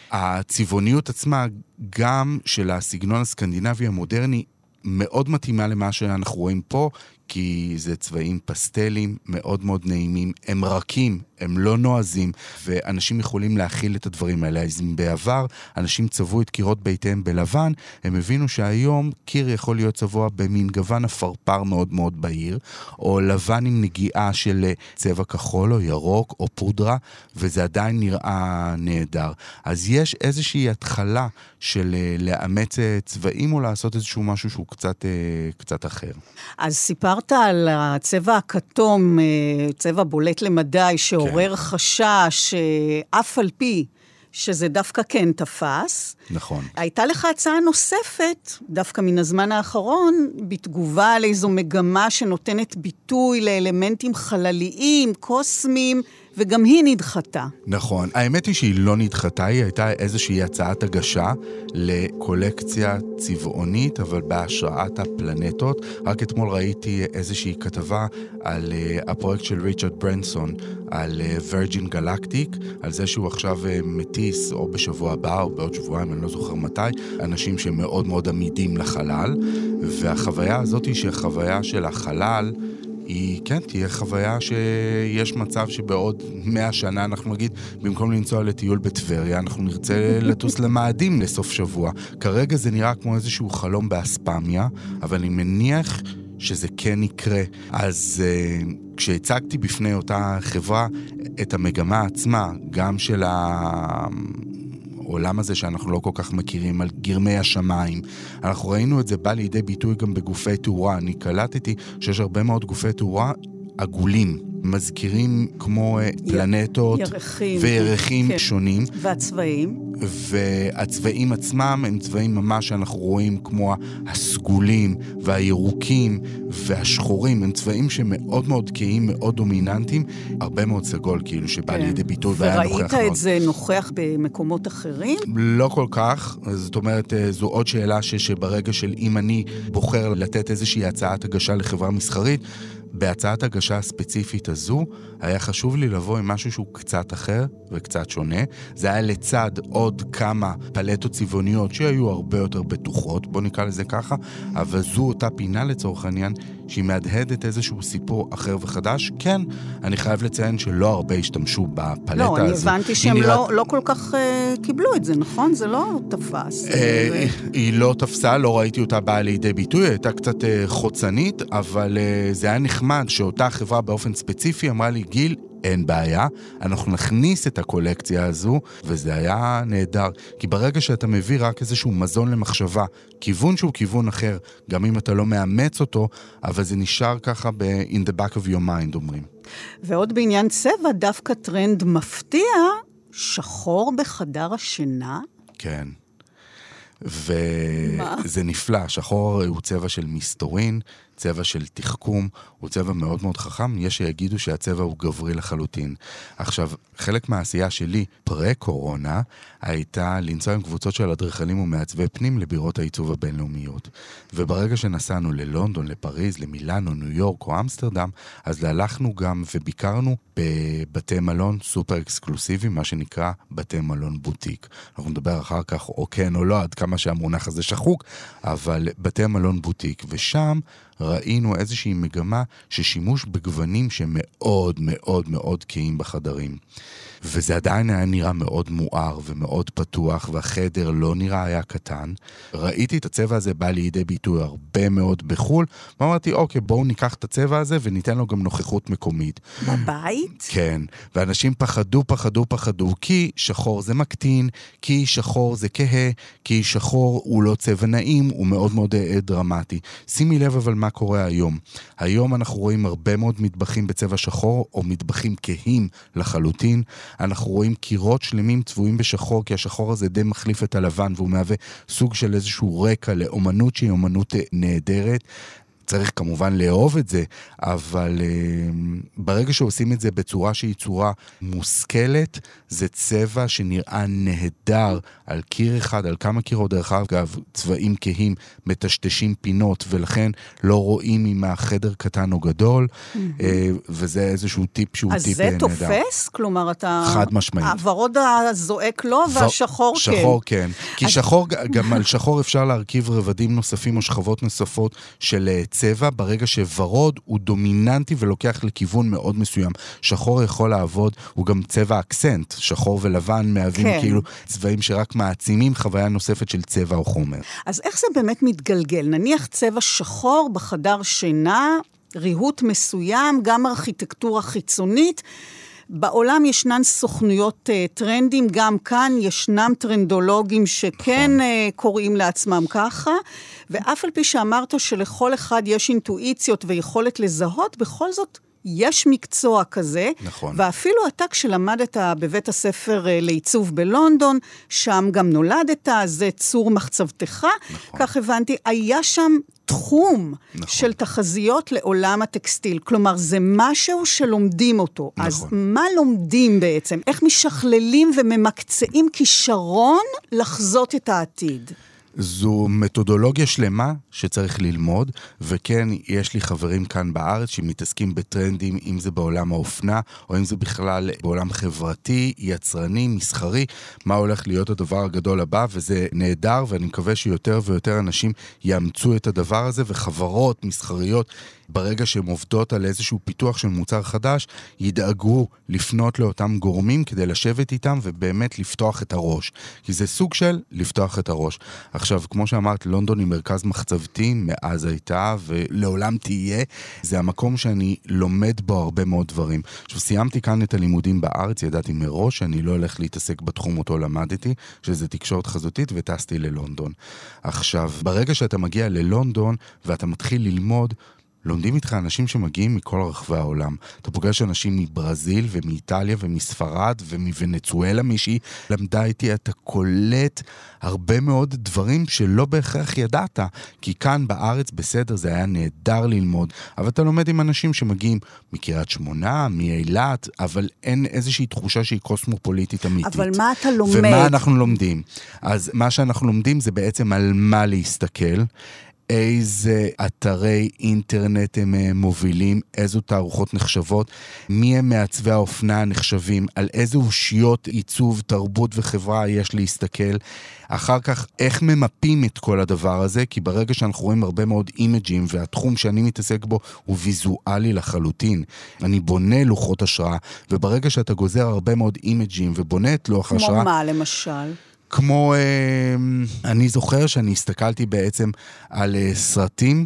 הצבעוניות עצמה, גם של הסגנון הסקנדינבי המודרני, מאוד מתאימה למה שאנחנו רואים פה, כי זה צבעים פסטלים מאוד מאוד נעימים, הם רכים, הם לא נועזים, ואנשים יכולים להכיל את הדברים האלה. אז אם בעבר אנשים צבעו את קירות ביתיהם בלבן, הם הבינו שהיום קיר יכול להיות צבוע במין גוון הפרפר מאוד מאוד בהיר, או לבן עם נגיעה של צבע כחול או ירוק או פודרה, וזה עדיין נראה נהדר. אז יש איזושהי התחלה של לאמץ צבעים או לעשות איזשהו משהו שהוא קצת אחר. אז סיפרת על הצבע הכתום, צבע בולט למדי, שעורר חשש, אף על פי שזה דווקא כן תפס. נכון. הייתה לך הצעה נוספת, דווקא מן הזמן האחרון, בתגובה על איזו מגמה שנותנת ביטוי לאלמנטים חלליים, קוסמיים, וגם היא נדחתה. נכון. האמת היא שהיא לא נדחתה, היא הייתה איזושהי הצעת הגשה לקולקציה צבעונית, אבל בהשראת הפלנטות. רק אתמול ראיתי איזושהי כתבה על הפרויקט של ריצ'רד ברנסון, על וירג'ין גלקטיק, על זה שהוא עכשיו מטיס, או בשבוע הבא, או בעוד שבועיים, אני לא זוכר מתי, אנשים שמאוד מאוד עמידים לחלל, והחוויה הזאת היא שהחוויה של החלל, היא כן, תהיה חוויה שיש מצב שבעוד 100 שנה אנחנו נגיד, במקום לנסוע לטיול בטבריה, אנחנו נרצה לטוס למאדים לסוף שבוע. כרגע זה נראה כמו איזשהו חלום באספמיה, אבל אני מניח שזה כן יקרה. אז כשהצגתי בפני אותה חברה את המגמה עצמה, גם של העולם הזה שאנחנו לא כל כך מכירים, על גרמי השמיים. אנחנו ראינו את זה בא לידי ביטוי גם בגופי תאורה. אני קלטתי שיש הרבה מאוד גופי תאורה עגולים, מזכירים כמו פלנטות וירחים שונים. והצבעים? והצבעים עצמם הם צבעים ממש שאנחנו רואים כמו הסגולים והירוקים והשחורים, הם צבעים שמאוד מאוד קהים, מאוד דומיננטיים, הרבה מאוד סגול כאילו שבא לידי ביטוי והיה נוכח מאוד. וראית את זה נוכח במקומות אחרים? לא כל כך, זאת אומרת זו עוד שאלה שברגע של אם אני בוחר לתת איזושהי הצעת הגשה לחברה מסחרית, בהצעת הגשה הספציפית הזו, היה חשוב לי לבוא עם משהו שהוא קצת אחר וקצת שונה. זה היה לצד עוד כמה פלטות צבעוניות שהיו הרבה יותר בטוחות, בוא נקרא לזה ככה, אבל זו אותה פינה לצורך העניין, שהיא מהדהדת איזשהו סיפור אחר וחדש. כן, אני חייב לציין שלא הרבה השתמשו בפלטה הזו. לא, אני הבנתי שהם לא כל כך קיבלו את זה, נכון? זה לא תפס. היא לא תפסה, לא ראיתי אותה באה לידי ביטוי, הייתה קצת חוצנית, אבל זה היה נחמד שאותה חברה באופן ספציפי אמרה לי, גיל, אין בעיה, אנחנו נכניס את הקולקציה הזו, וזה היה נהדר. כי ברגע שאתה מביא רק איזשהו מזון למחשבה, כיוון שהוא כיוון אחר, גם אם אתה לא מאמץ אותו, אבל זה נשאר ככה in the back of your mind, אומרים. ועוד בעניין צבע, דווקא טרנד מפתיע, שחור בחדר השינה. כן. וזה נפלא, שחור הוא צבע של מסתורין, צבע של תחכום, הוא צבע מאוד מאוד חכם, יש שיגידו שהצבע הוא גברי לחלוטין. עכשיו, חלק מהעשייה שלי, פרה-קורונה, הייתה לנסוע עם קבוצות של אדריכלים ומעצבי פנים לבירות העיצוב הבינלאומיות. וברגע שנסענו ללונדון, לפריז, למילאנו, ניו יורק או אמסטרדם, אז הלכנו גם וביקרנו בבתי מלון סופר אקסקלוסיביים, מה שנקרא בתי מלון בוטיק. אנחנו נדבר אחר כך, או כן או לא, עד כמה שהמונח הזה שחוק, אבל בתי מלון בוטיק, ושם ראינו איזושהי מגמה ששימוש בגוונים שמאוד מאוד מאוד קיים בחדרים. וזה עדיין היה נראה מאוד מואר ומאוד פתוח, והחדר לא נראה היה קטן. ראיתי את הצבע הזה בא לידי ביטוי הרבה מאוד בחול, ואמרתי, אוקיי, בואו ניקח את הצבע הזה וניתן לו גם נוכחות מקומית. בבית? כן, ואנשים פחדו, כי שחור זה מקטין, כי שחור זה כהה, כי שחור הוא לא צבע נעים, הוא מאוד מאוד דרמטי. שימי לב אבל מה קורה היום. היום אנחנו רואים הרבה מאוד מטבחים בצבע שחור, או מטבחים כהים לחלוטין. אנחנו רואים קירות שלמים צבועים בשחור, כי השחור הזה די מחליף את הלבן, והוא מהווה סוג של איזשהו רקע לאומנות שהיא אומנות נהדרת. צריך כמובן לאהוב את זה, אבל ברגע שעושים את זה בצורה שהיא צורה מושכלת, זה צבע שנראה נהדר על קיר אחד, על כמה קירות. דרך אגב, צבעים כהים מטשטשים פינות, ולכן לא רואים אם החדר קטן או גדול, וזה איזשהו טיפ שהוא טיפ נהדר. אז זה תופס? כלומר, אתה... חד משמעית. הוורוד הזועק לא, והשחור כן. שחור כן. כי שחור, גם על שחור אפשר להרכיב רבדים נוספים או שכבות נוספות של צבע, ברגע שוורוד הוא דומיננטי ולוקח לכיוון מאוד מסוים. שחור יכול לעבוד, הוא גם צבע אקסנט. שחור ולבן מהווים כאילו צבעים שרק מעצימים חוויה נוספת של צבע או חומר. אז איך זה באמת מתגלגל? נניח צבע שחור בחדר שינה, ריהוט מסוים, גם ארכיטקטורה חיצונית, בעולם ישנן סוכנויות טרנדים, גם כאן ישנם טרנדולוגים שכן קוראים לעצמם ככה, ואף על פי שאמרת שלכל אחד יש אינטואיציות ויכולת לזהות, בכל זאת יש מקצוע כזה, נכון. ואפילו אתה כשלמדת בבית הספר לעיצוב בלונדון, שם גם נולדת, זה צור מחצבתך, נכון. כך הבנתי, היה שם תחום נכון. של תחזיות לעולם הטקסטיל, כלומר זה משהו שלומדים אותו, נכון. אז מה לומדים בעצם? איך משכללים וממקצעים כישרון לחזות את העתיד? זו מתודולוגיה שלמה שצריך ללמוד, וכן, יש לי חברים כאן בארץ שמתעסקים בטרנדים, אם זה בעולם האופנה, או אם זה בכלל בעולם חברתי, יצרני, מסחרי, מה הולך להיות הדבר הגדול הבא, וזה נהדר, ואני מקווה שיותר ויותר אנשים יאמצו את הדבר הזה, וחברות מסחריות, ברגע שהן עובדות על איזשהו פיתוח של מוצר חדש, ידאגו לפנות לאותם גורמים כדי לשבת איתם ובאמת לפתוח את הראש. כי זה סוג של לפתוח את הראש. עכשיו, כמו שאמרת, לונדון היא מרכז מחצבתי, מאז הייתה ולעולם תהיה. זה המקום שאני לומד בו הרבה מאוד דברים. עכשיו, סיימתי כאן את הלימודים בארץ, ידעתי מראש שאני לא הולך להתעסק בתחום אותו למדתי, שזה תקשורת חזותית, וטסתי ללונדון. עכשיו, ברגע שאתה מגיע ללונדון ואתה מתחיל ללמוד, לומדים איתך אנשים שמגיעים מכל רחבי העולם. אתה פוגש אנשים מברזיל ומאיטליה ומספרד ומוונצואלה, מישהי למדה איתי, אתה קולט הרבה מאוד דברים שלא בהכרח ידעת, כי כאן בארץ בסדר זה היה נהדר ללמוד, אבל אתה לומד עם אנשים שמגיעים מקריית שמונה, מאילת, אבל אין איזושהי תחושה שהיא קוסמופוליטית אמיתית. אבל מה אתה לומד? ומה אנחנו לומדים? אז מה שאנחנו לומדים זה בעצם על מה להסתכל, איזה אתרי אינטרנט הם מובילים, איזו תערוכות נחשבות, מי הם מעצבי האופנה נחשבים, על איזה אושיות עיצוב, תרבות וחברה יש להסתכל, אחר כך איך ממפים את כל הדבר הזה, כי ברגע שאנחנו רואים הרבה מאוד אימג'ים, והתחום שאני מתעסק בו הוא ויזואלי לחלוטין, אני בונה לוחות השראה, וברגע שאתה גוזר הרבה מאוד אימג'ים ובונה את לוח השראה... כמו מה למשל? כמו, אני זוכר שאני הסתכלתי בעצם על סרטים,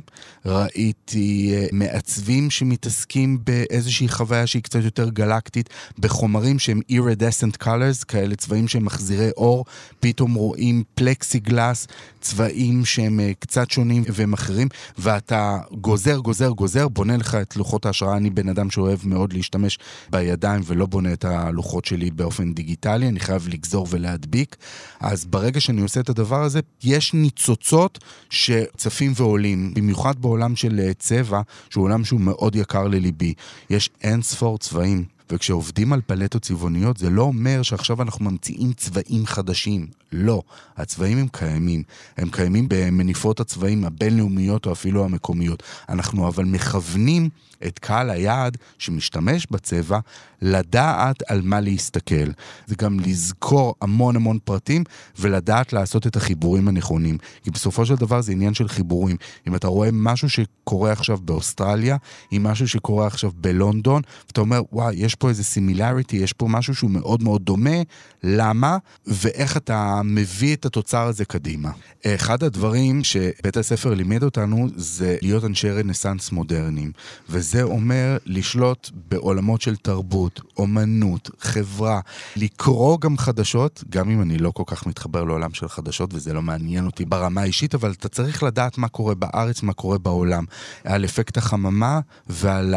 ראיתי מעצבים שמתעסקים באיזושהי חוויה שהיא קצת יותר גלקטית, בחומרים שהם iridescent colors, כאלה צבעים שהם מחזירי אור, פתאום רואים פלקסי גלס, צבעים שהם קצת שונים והם אחרים, ואתה גוזר, בונה לך את לוחות ההשראה. אני בן אדם שאוהב מאוד להשתמש בידיים ולא בונה את הלוחות שלי באופן דיגיטלי, אני חייב לגזור ולהדביק. אז ברגע שאני עושה את הדבר הזה, יש ניצוצות שצפים ועולים, במיוחד בעולם של צבע, שהוא עולם שהוא מאוד יקר לליבי. יש אין ספור צבעים. וכשעובדים על פלטות צבעוניות, זה לא אומר שעכשיו אנחנו ממציאים צבעים חדשים. לא, הצבעים הם קיימים. הם קיימים במניפות הצבעים הבינלאומיות או אפילו המקומיות. אנחנו אבל מכוונים את קהל היעד שמשתמש בצבע לדעת על מה להסתכל. זה גם לזכור המון המון פרטים ולדעת לעשות את החיבורים הנכונים. כי בסופו של דבר זה עניין של חיבורים. אם אתה רואה משהו שקורה עכשיו באוסטרליה, עם משהו שקורה עכשיו בלונדון, ואתה אומר, וואי, יש פה איזה סימילריטי, יש פה משהו שהוא מאוד מאוד דומה, למה? ואיך אתה מביא את התוצר הזה קדימה. אחד הדברים שבית הספר לימד אותנו זה להיות אנשי רנסנס מודרניים. וזה אומר לשלוט בעולמות של תרבות, אומנות, חברה, לקרוא גם חדשות, גם אם אני לא כל כך מתחבר לעולם של חדשות, וזה לא מעניין אותי ברמה האישית, אבל אתה צריך לדעת מה קורה בארץ, מה קורה בעולם, על אפקט החממה ועל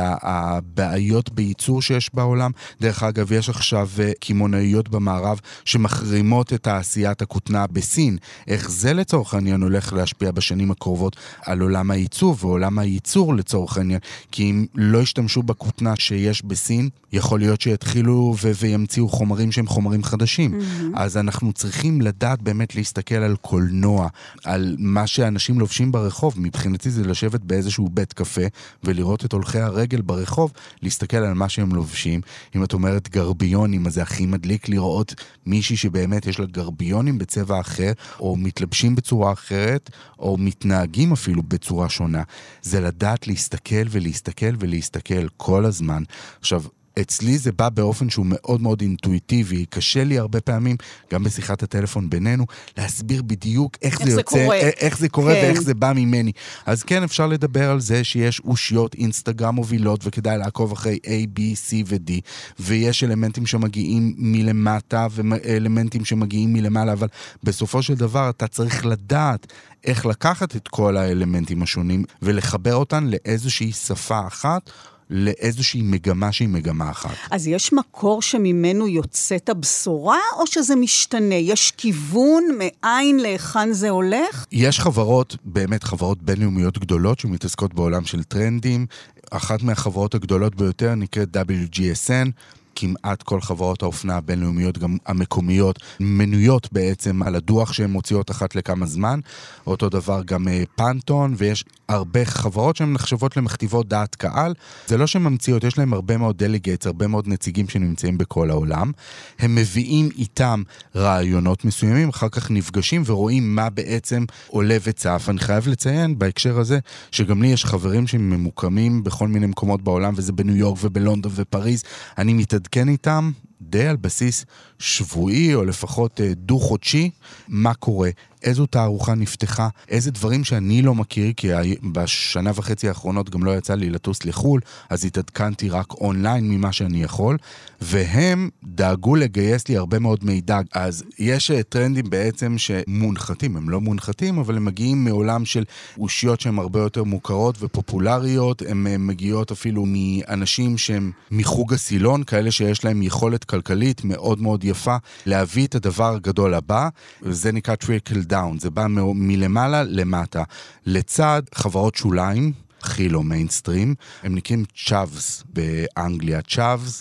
הבעיות בייצור שיש בעולם. דרך אגב, יש עכשיו כימונאיות במערב שמחרימות את תעשיית הכותנה בסין. איך זה לצורך העניין הולך להשפיע בשנים הקרובות על עולם הייצור ועולם הייצור לצורך העניין, כי אם לא ישתמשו בכותנה שיש בסין, יכול להיות שיתחילו וימציאו חומרים שהם חומרים חדשים. אז אנחנו צריכים לדעת באמת להסתכל על קולנוע, על מה שאנשים לובשים ברחוב. מבחינתי זה לשבת באיזשהו בית קפה ולראות את הולכי הרגל ברחוב, להסתכל על מה שהם לובשים. אם את אומרת גרביונים, אז זה הכי מדליק לראות מישהי שבאמת יש לה גרביונים בצבע אחר, או מתלבשים בצורה אחרת, או מתנהגים אפילו בצורה שונה. זה לדעת להסתכל ולהסתכל ולהסתכל כל הזמן. עכשיו, אצלי זה בא באופן שהוא מאוד מאוד אינטואיטיבי, קשה לי הרבה פעמים, גם בשיחת הטלפון בינינו, להסביר בדיוק איך זה יוצא, איך זה קורה ואיך זה בא ממני. אז כן, אפשר לדבר על זה שיש אושיות אינסטגרם מובילות, וכדאי לעקוב אחרי A, B, C ו-D, ויש אלמנטים שמגיעים מלמטה, ואלמנטים שמגיעים מלמעלה, אבל בסופו של דבר אתה צריך לדעת איך לקחת את כל האלמנטים השונים, ולחבר אותן לאיזושהי שפה אחת, לאיזושהי מגמה שהיא מגמה אחת. אז יש מקור שממנו יוצאת הבשורה, או שזה משתנה? יש כיוון מאין להיכן זה הולך? יש חברות, באמת חברות בינלאומיות גדולות, שמתעסקות בעולם של טרנדים. אחת מהחברות הגדולות ביותר נקראת WGSN, כמעט כל חברות האופנה הבינלאומיות, גם המקומיות, מנויות בעצם על הדוח שהן מוציאות אחת לכמה זמן. אותו דבר גם פנטון, ויש הרבה חברות שהן נחשבות למכתיבות דעת קהל. זה לא שהן ממציאות, יש להם הרבה מאוד דליגייטס, הרבה מאוד נציגים שנמצאים בכל העולם. הם מביאים איתם רעיונות מסוימים, אחר כך נפגשים ורואים מה בעצם עולה וצף. אני חייב לציין בהקשר הזה, שגם לי יש חברים שממוקמים בכל מיני מקומות בעולם, וזה בניו יורק ובלונדון ופריז. אני מתעדכן איתם די על בסיס שבועי, או לפחות דו-חודשי, מה קורה, איזו תערוכה נפתחה, איזה דברים שאני לא מכיר, כי בשנה וחצי האחרונות גם לא יצא לי לטוס לחול, אז התעדכנתי רק אונליין ממה שאני יכול, והם דאגו לגייס לי הרבה מאוד מידע. אז יש טרנדים בעצם שמונחתים, הם לא מונחתים, אבל הם מגיעים מעולם של אושיות שהן הרבה יותר מוכרות ופופולריות, הם מגיעות אפילו מאנשים שהם מחוג הסילון, כאלה שיש להם יכולת כלכלית מאוד מאוד יפה, להביא את הדבר הגדול הבא, זה נקרא trickle down, זה בא מלמעלה למטה, לצד חברות שוליים, הכי לא מיינסטרים, הם נקראים צ'אבס באנגליה. צ'אבס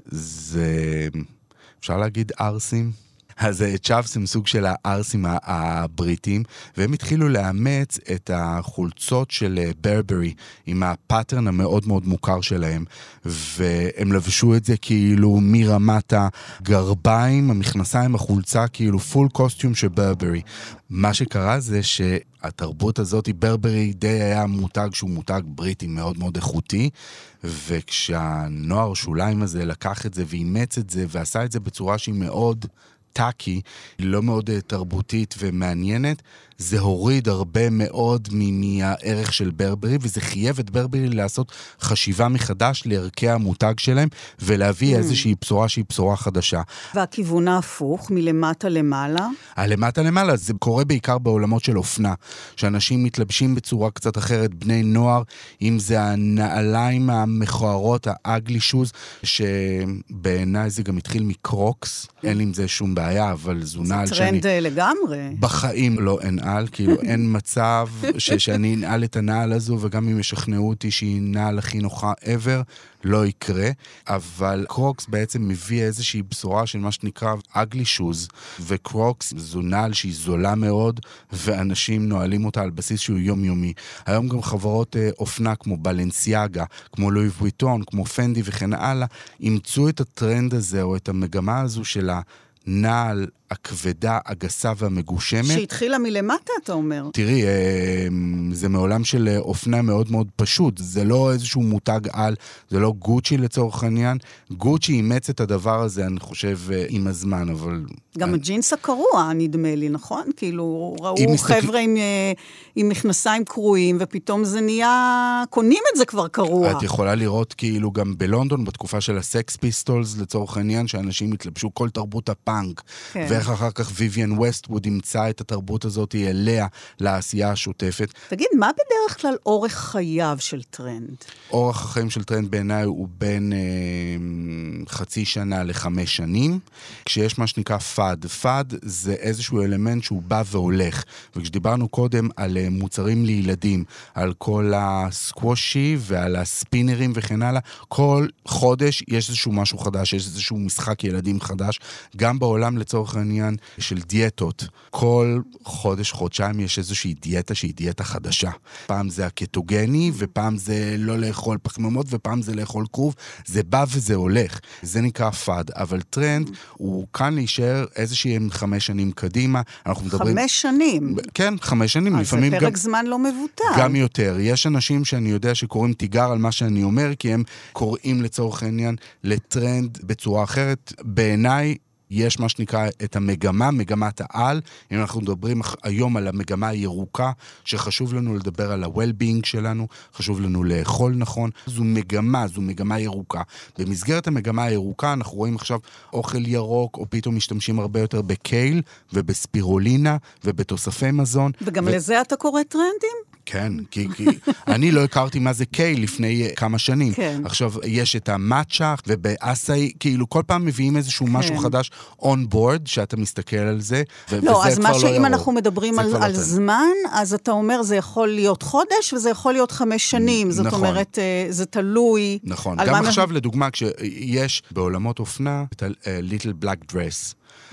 זה, אפשר להגיד ארסים? אז צ'אבס הם סוג של הארסים הבריטים, והם התחילו לאמץ את החולצות של ברברי, עם הפאטרן המאוד מאוד מוכר שלהם, והם לבשו את זה כאילו מרמת הגרביים, המכנסיים, החולצה, כאילו פול קוסטיום של ברברי. מה שקרה זה שהתרבות הזאת, ברברי די היה מותג שהוא מותג בריטי מאוד מאוד איכותי, וכשהנוער שוליים הזה לקח את זה ואימץ את זה, ועשה את זה בצורה שהיא מאוד טאקי, לא מאוד תרבותית ומעניינת, זה הוריד הרבה מאוד מהערך של ברברי, וזה חייב את ברברי לעשות חשיבה מחדש לערכי המותג שלהם, ולהביא איזושהי בשורה שהיא בשורה חדשה. והכיוון ההפוך, מלמטה למעלה? הלמטה למעלה, זה קורה בעיקר בעולמות של אופנה, שאנשים מתלבשים בצורה קצת אחרת, בני נוער, אם זה הנעליים המכוערות, האגלי שוז, שבעיניי זה גם התחיל מקרוקס, אין לי עם זה שום בעיה. בעיה, אבל זו נעל שאני... זה טרנד לגמרי. בחיים לא אנעל, כאילו אין מצב שאני אנעל את הנעל הזו, וגם אם ישכנעו אותי שהיא נעל הכי נוחה ever, לא יקרה, אבל קרוקס בעצם מביא איזושהי בשורה של מה שנקרא ugly shoes, וקרוקס זו נעל שהיא זולה מאוד, ואנשים נועלים אותה על בסיס שהוא יומיומי. היום גם חברות אופנה כמו בלנסיאגה, כמו לואי וויטון, כמו פנדי וכן הלאה, אימצו את הטרנד הזה או את המגמה הזו של הנעל הכבדה, הגסה והמגושמת. שהתחילה מלמטה, אתה אומר. תראי, זה מעולם של אופנה מאוד מאוד פשוט. זה לא איזשהו מותג על, זה לא גוצ'י לצורך העניין. גוצ'י אימץ את הדבר הזה, אני חושב, עם הזמן, אבל... גם הג'ינס הקרוע, נדמה לי, נכון? כאילו, ראו חבר'ה עם מכנסיים קרועים, ופתאום זה נהיה... קונים את זה כבר קרוע. את יכולה לראות כאילו גם בלונדון, בתקופה של הסקס פיסטולס, לצורך העניין, שאנשים התלבשו כל תרבות הפאנק. כן. ואיך אחר כך ויויאן ווסטווד ימצא את התרבות הזאת אליה לעשייה השוטפת. תגיד, מה בדרך כלל אורך חייו של טרנד? אורך החיים של טרנד בעיניי הוא בין חצי שנה ל5 שנים, כשיש מה שנקרא פאד. פאד זה איזשהו אלמנט שהוא בא והולך, וכשדיברנו קודם על מוצרים לילדים, על כל הסקוושי ועל הספינרים וכן הלאה, כל חודש יש איזשהו משהו חדש, יש איזשהו משחק ילדים חדש, גם בעולם לצורך העניין של דיאטות. כל חודש, חודשיים יש איזושהי דיאטה שהיא דיאטה חדשה. פעם זה הקטוגני, ופעם זה לא לאכול פחמימות, ופעם זה לאכול כרוב. זה בא וזה הולך. זה נקרא פאד. אבל טרנד הוא כאן להישאר איזושהי 5 שנים קדימה. אנחנו מדברים... 5 שנים? כן, 5 שנים. אז זה פרק זמן לא מבוטל. גם יותר. יש אנשים שאני יודע שקוראים תיגר על מה שאני אומר, כי הם קוראים לצורך העניין לטרנד בצורה אחרת. בעיניי, יש מה שנקרא את המגמה, מגמת העל. אם אנחנו מדברים היום על המגמה הירוקה, שחשוב לנו לדבר על ה-well-being שלנו, חשוב לנו לאכול נכון. זו מגמה ירוקה. במסגרת המגמה הירוקה, אנחנו רואים עכשיו אוכל ירוק, או פתאום משתמשים הרבה יותר בקייל, ובספירולינה, ובתוספי מזון. וגם לזה אתה קורא טרנדים? כן, כי אני לא הכרתי מה זה קייל לפני כמה שנים. כן. עכשיו, יש את המאצ'ה, ובאסאי, כאילו כל פעם מביאים איזשהו משהו חדש on board, שאתה מסתכל על זה, לא, אז מה שאם אנחנו מדברים על זמן, אז אתה אומר, זה יכול להיות חודש, וזה יכול להיות 5 שנים. זאת אומרת, זה תלוי. נכון. גם עכשיו, לדוגמה, כשיש בעולמות אופנה, את ה-little black dress,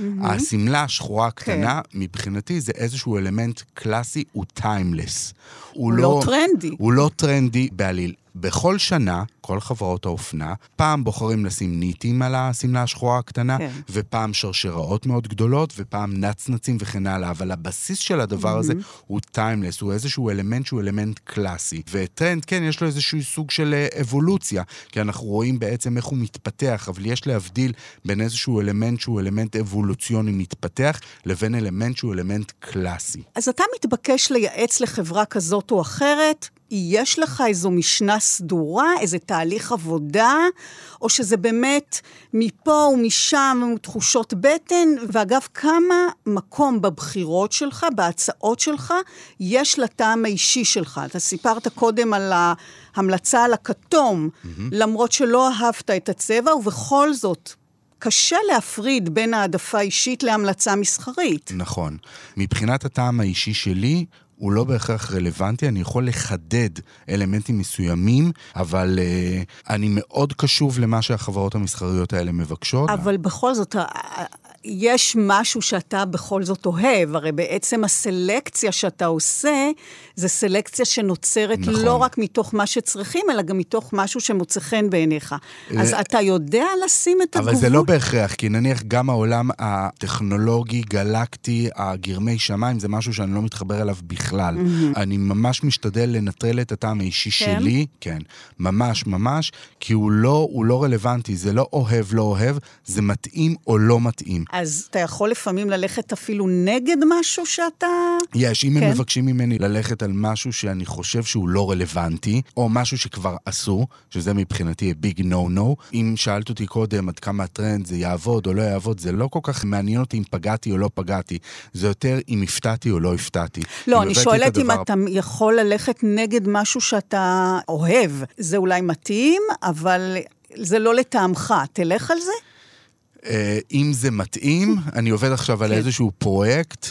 הסמלה השחורה הקטנה, מבחינתי זה איזשהו אלמנט קלאסי, הוא טיימלס. הוא לא טרנדי. הוא לא טרנדי בעליל. בכל שנה, כל חברות האופנה, פעם בוחרים לשים ניטים על הסמלה השחורה הקטנה, ופעם שרשראות מאוד גדולות, ופעם נצנצים וכן הלאה, אבל הבסיס של הדבר הזה הוא טיימלס, הוא איזשהו אלמנט שהוא אלמנט קלאסי. וטרנד, כן, יש לו איזשהו סוג של אבולוציה, כי אנחנו רואים בעצם איך הוא מתפתח, אבל יש להבדיל בין איזשהו אלמנט שהוא אלמנט אבולוציוני מתפתח, לבין אלמנט שהוא אלמנט קלאסי. אז אתה מתבקש לייעץ לחברה כזאת או אחרת, יש לך איזו משנה סדורה, איזה תהליך עבודה, או שזה באמת מפה ומשם תחושות בטן, ואגב, כמה מקום בבחירות שלך, בהצעות שלך, יש לטעם האישי שלך. אתה סיפרת קודם על ההמלצה על הכתום, למרות שלא אהבת את הצבע, ובכל זאת, קשה להפריד בין העדפה אישית להמלצה מסחרית. נכון. מבחינת הטעם האישי שלי, הוא לא בהכרח רלוונטי, אני יכול לחדד אלמנטים מסוימים, אבל אני מאוד קשוב למה שהחברות המסחריות האלה מבקשות. אבל בכל זאת, יש משהו שאתה בכל זאת אוהב, הרי בעצם הסלקציה שאתה עושה, זה סלקציה שנוצרת נכון. לא רק מתוך מה שצריכים, אלא גם מתוך משהו שמוצא חן בעיניך. אז אתה יודע לשים את הגבול? אבל זה לא בהכרח, כי נניח גם העולם הטכנולוגי, גלקטי, הגרמי שמיים, זה משהו שאני לא מתחבר אליו בכלל. אני ממש משתדל לנטרל את הטעם האישי שלי, כן, ממש, כי הוא לא רלוונטי, זה לא אוהב, לא אוהב, זה מתאים או לא מתאים. אז אתה יכול לפעמים ללכת אפילו נגד משהו שאתה... יש, אם הם מבקשים ממני ללכת על משהו שאני חושב שהוא לא רלוונטי, או משהו שכבר אסור, שזה מבחינתי ביג נו-נו, אם שאלת אותי קודם עד כמה הטרנד זה יעבוד או לא יעבוד, זה לא כל כך מעניין אותי אם פגעתי או לא פגעתי, זה יותר אם הפתעתי או לא הפתעתי. לא, אני שואלת אם אתה יכול ללכת נגד משהו שאתה אוהב, זה אולי מתאים, אבל זה לא לטעמך, תלך על זה? אם זה מתאים, אני עובד עכשיו על איזשהו פרויקט,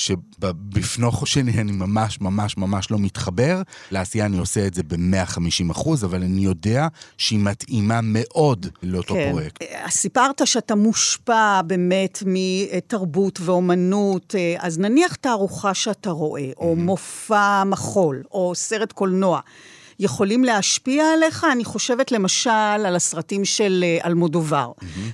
שבפנוכו שלי אני ממש ממש ממש לא מתחבר, לעשייה אני עושה את זה ב-150%, אבל אני יודע שהיא מתאימה מאוד לאותו פרויקט. סיפרת שאתה מושפע באמת מתרבות ואומנות, אז נניח תערוכה שאתה רואה, או מופע מחול, או סרט קולנוע, יכולים להשפיע עליך? אני חושבת למשל על הסרטים של אלמודובר,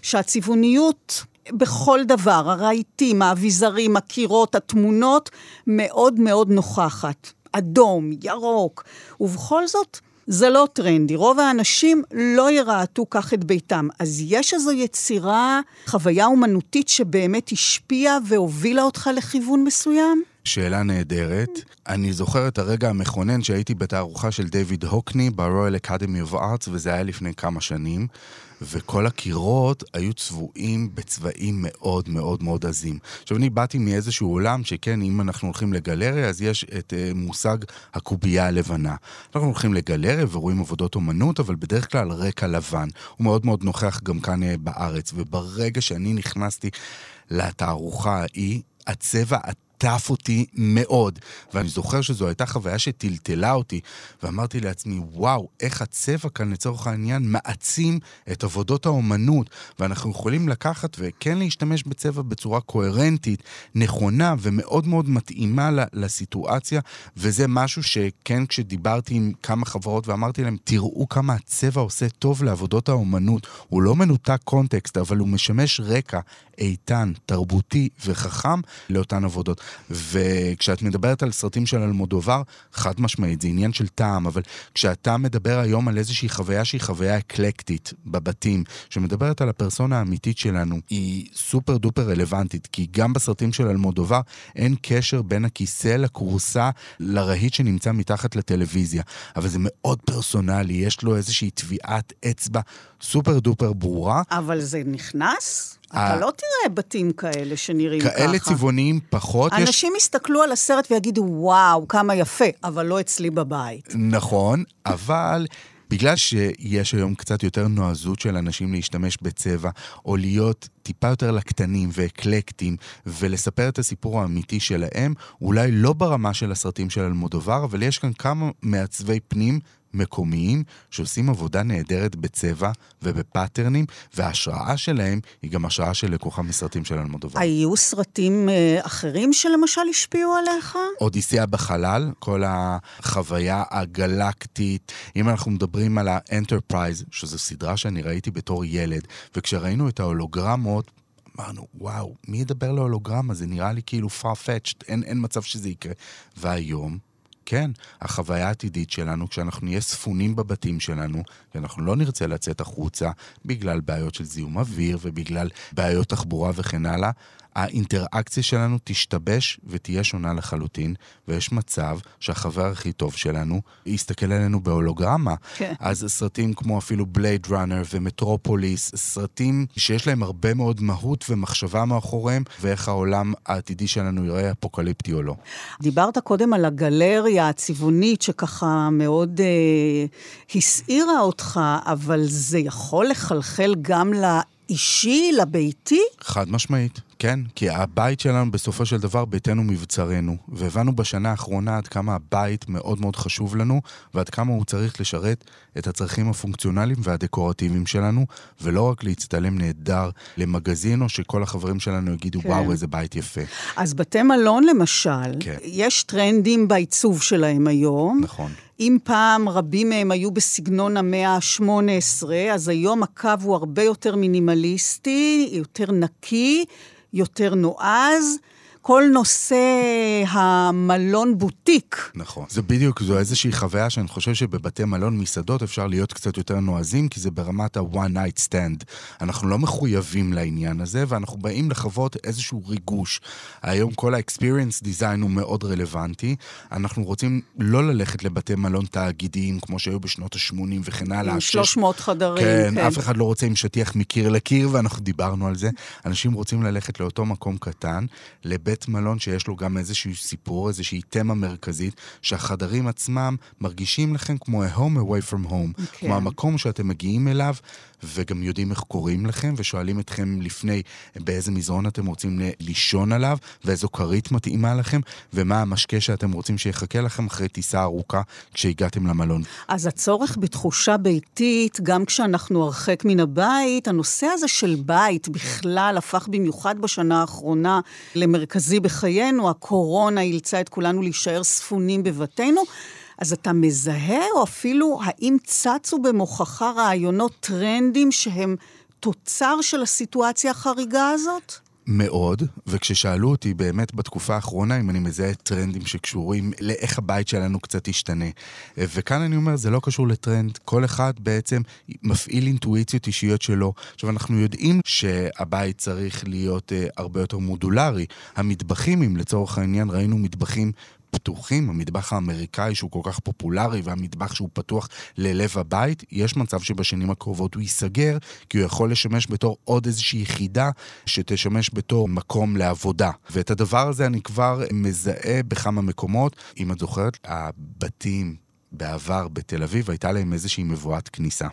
שהצבעוניות בכל דבר, הרהיטים, האביזרים, הקירות, התמונות, מאוד מאוד נוכחת. אדום, ירוק, ובכל זאת, זה לא טרנדי. רוב האנשים לא יראתו כך את ביתם. אז יש איזו יצירה, חוויה אומנותית שבאמת השפיעה והובילה אותך לכיוון מסוים? שאלה נהדרת. אני זוכר את הרגע המכונן שהייתי בתערוכה של דיוויד הוקני ברויאל אקדמי אוף ארטס, וזה היה לפני כמה שנים, וכל הקירות היו צבועים בצבעים מאוד מאוד מאוד עזים. עכשיו אני באתי מאיזשהו עולם שכן, אם אנחנו הולכים לגלריה, אז יש את מושג הקובייה הלבנה. אנחנו הולכים לגלריה ורואים עבודות אומנות, אבל בדרך כלל רקע לבן. הוא מאוד מאוד נוכח גם כאן בארץ, וברגע שאני נכנסתי לתערוכה ההיא, הצבע עטף אותי מאוד, ואני זוכר שזו הייתה חוויה שטלטלה אותי, ואמרתי לעצמי, וואו, איך הצבע כאן לצורך העניין מעצים את עבודות האומנות, ואנחנו יכולים לקחת וכן להשתמש בצבע בצורה קוהרנטית, נכונה ומאוד מאוד מתאימה לסיטואציה, וזה משהו שכן כשדיברתי עם כמה חברות ואמרתי להם, תראו כמה הצבע עושה טוב לעבודות האומנות, הוא לא מנותק קונטקסט, אבל הוא משמש רקע איתן, תרבותי וחכם לאותן עבודות. וכשאת מדברת על סרטים של אלמודובר, חד משמעית, זה עניין של טעם, אבל כשאתה מדבר היום על איזושהי חוויה שהיא חוויה אקלקטית בבתים, שמדברת על הפרסונה האמיתית שלנו, היא סופר דופר רלוונטית, כי גם בסרטים של אלמודובר אין קשר בין הכיסא לקורסה לרהיט שנמצא מתחת לטלוויזיה, אבל זה מאוד פרסונלי, יש לו איזושהי טביעת אצבע סופר דופר ברורה. אבל זה נכנס? אתה לא תראה בתים כאלה שנראים ככה. כאלה צבעוניים פחות. אנשים יסתכלו על הסרט ויגידו, וואו, כמה יפה, אבל לא אצלי בבית. נכון, אבל בגלל שיש היום קצת יותר נועזות של אנשים להשתמש בצבע, או להיות טיפה יותר לקטנים ואקלקטים, ולספר את הסיפור האמיתי שלהם, אולי לא ברמה של הסרטים של אלמודובר, אבל יש כאן כמה מעצבי פנים מקומיים שעושים עבודה נהדרת בצבע ובפאטרנים, וההשראה שלהם היא גם השראה של לקוחה מסרטים של אלמודובר. היו סרטים אחרים שלמשל השפיעו עליך? אודיסאה בחלל, כל החוויה הגלקטית. אם אנחנו מדברים על האנטרפרייז, שזו סדרה שאני ראיתי בתור ילד, וכשראינו את ההולוגרמות, אמרנו, וואו, מי ידבר להולוגרמה? זה נראה לי כאילו far-fetched, אין מצב שזה יקרה. והיום, כן, החוויה העתידית שלנו, כשאנחנו נהיה ספונים בבתים שלנו, ואנחנו לא נרצה לצאת החוצה, בגלל בעיות של זיהום אוויר, ובגלל בעיות תחבורה וכן הלאה, האינטראקציה שלנו תשתבש ותהיה שונה לחלוטין, ויש מצב שהחבר הכי טוב שלנו יסתכל עלינו בהולוגרמה. כן. אז סרטים כמו אפילו בלייד ראנר ומטרופוליס, סרטים שיש להם הרבה מאוד מהות ומחשבה מאחוריהם, ואיך העולם העתידי שלנו יראה אפוקליפטי או לא. דיברת קודם על הגלריה הצבעונית שככה מאוד הסעירה אותך, אבל זה יכול לחלחל גם אישי, לביתי? חד משמעית, כן. כי הבית שלנו בסופו של דבר ביתנו מבצרנו. והבנו בשנה האחרונה עד כמה הבית מאוד מאוד חשוב לנו, ועד כמה הוא צריך לשרת את הצרכים הפונקציונליים והדקורטיביים שלנו, ולא רק להצטלם נהדר למגזין, או שכל החברים שלנו יגידו, כן. וואו, איזה בית יפה. אז בתי מלון למשל, כן. יש טרנדים בעיצוב שלהם היום. נכון. אם פעם רבים מהם היו בסגנון המאה ה-18, אז היום הקו הוא הרבה יותר מינימליסטי, יותר נקי, יותר נועז. כל נושא המלון בוטיק. נכון. זה בדיוק, זו איזושהי חוויה שאני חושב שבבתי מלון מסעדות אפשר להיות קצת יותר נועזים, כי זה ברמת ה-one night stand. אנחנו לא מחויבים לעניין הזה, ואנחנו באים לחוות איזשהו ריגוש. היום כל ה-experience design הוא מאוד רלוונטי. אנחנו רוצים לא ללכת לבתי מלון תאגידיים, כמו שהיו בשנות ה-80 וכן הלאה. 300 חדרים. כן, אף אחד לא רוצה עם שטיח מקיר לקיר, ואנחנו דיברנו על זה. אנשים רוצים ללכת לאותו מקום קטן, לבית מלון שיש לו גם איזשהו סיפור, איזושהי תמה מרכזית, שהחדרים עצמם מרגישים לכם כמו a home away from home, כמו המקום שאתם מגיעים אליו, וגם יודעים איך קוראים לכם, ושואלים אתכם לפני באיזה מזרון אתם רוצים לישון עליו, ואיזו כרית מתאימה לכם, ומה המשקה שאתם רוצים שיחכה לכם אחרי טיסה ארוכה כשהגעתם למלון. אז הצורך בתחושה ביתית, גם כשאנחנו הרחק מן הבית, הנושא הזה של בית בכלל הפך במיוחד בשנה האחרונה למרכזי בחיינו, הקורונה אילצה את כולנו להישאר ספונים בבתינו, אז אתה מזהה, או אפילו האם צצו במוחך רעיונות טרנדים שהם תוצר של הסיטואציה החריגה הזאת? מאוד, וכששאלו אותי באמת בתקופה האחרונה אם אני מזהה טרנדים שקשורים לאיך הבית שלנו קצת ישתנה. וכאן אני אומר, זה לא קשור לטרנד, כל אחד בעצם מפעיל אינטואיציות אישיות שלו. עכשיו אנחנו יודעים שהבית צריך להיות הרבה יותר מודולרי. המטבחים, אם לצורך העניין ראינו מטבחים פתוחים, המטבח האמריקאי שהוא כל כך פופולרי, והמטבח שהוא פתוח ללב הבית, יש מצב שבשנים הקרובות הוא ייסגר, כי הוא יכול לשמש בתור עוד איזושהי יחידה, שתשמש בתור מקום לעבודה. ואת הדבר הזה אני כבר מזהה בכמה מקומות. אם את זוכרת, הבתים בעבר בתל אביב, הייתה להם איזושהי מבואת כניסה.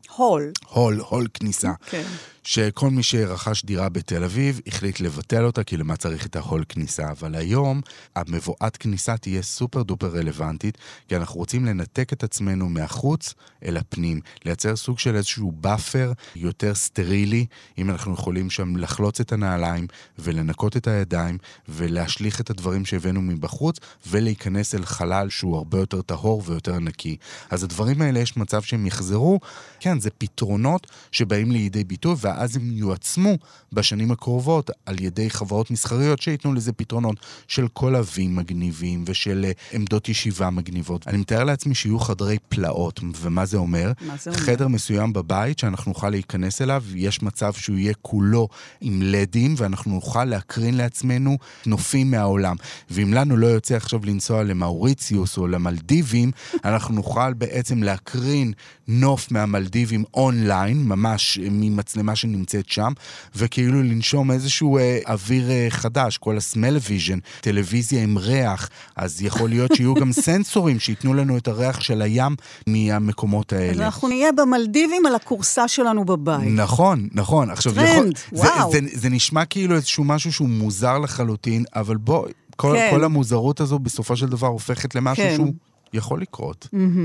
הול כניסה. כן. שכל מי שרכש דירה בתל אביב החליט לבטל אותה, כי למה צריך את ההול כניסה. אבל היום המבואת כניסה תהיה סופר דופר רלוונטית, כי אנחנו רוצים לנתק את עצמנו מהחוץ אל הפנים, לייצר סוג של איזשהו באפר יותר סטרילי, אם אנחנו יכולים שם לחלוץ את הנעליים ולנקות את הידיים ולהשליך את הדברים שהבאנו מבחוץ ולהיכנס אל חלל שהוא הרבה יותר טהור ויותר נקי. אז הדברים האלה יש מצב שהם יחזרו, כן, זה פתרונות שבאים לידי ביטוי, ואז הם יועצמו בשנים הקרובות על ידי חברות מסחריות שיתנו לזה פתרונות של קולבים מגניבים ושל עמדות ישיבה מגניבות. אני מתאר לעצמי שיהיו חדרי פלאות, ומה זה אומר? חדר מסוים בבית שאנחנו נוכל להיכנס אליו, יש מצב שהוא יהיה כולו עם לדים, ואנחנו נוכל להקרין לעצמנו נופים מהעולם. ואם לנו לא יוצא עכשיו לנסוע למאוריציוס או למלדיבים, אנחנו נוכל בעצם להקרין נוף מהמלדיבים אונליין, ממש ממצלמה שנמצאת שם, וכאילו לנשום איזשהו אוויר חדש, כל הסמל-ויז'ן, טלוויזיה עם ריח, אז יכול להיות שיהיו גם סנסורים שיתנו לנו את הריח של הים מהמקומות האלה. אז אנחנו נהיה במלדיבים על הקורסה שלנו בבית. נכון. עכשיו, טרנד, וואו. זה נשמע כאילו איזשהו משהו שהוא מוזר לחלוטין, אבל בוא, כל המוזרות הזו בסופו של דבר הופכת למשהו שהוא יכול לקרות.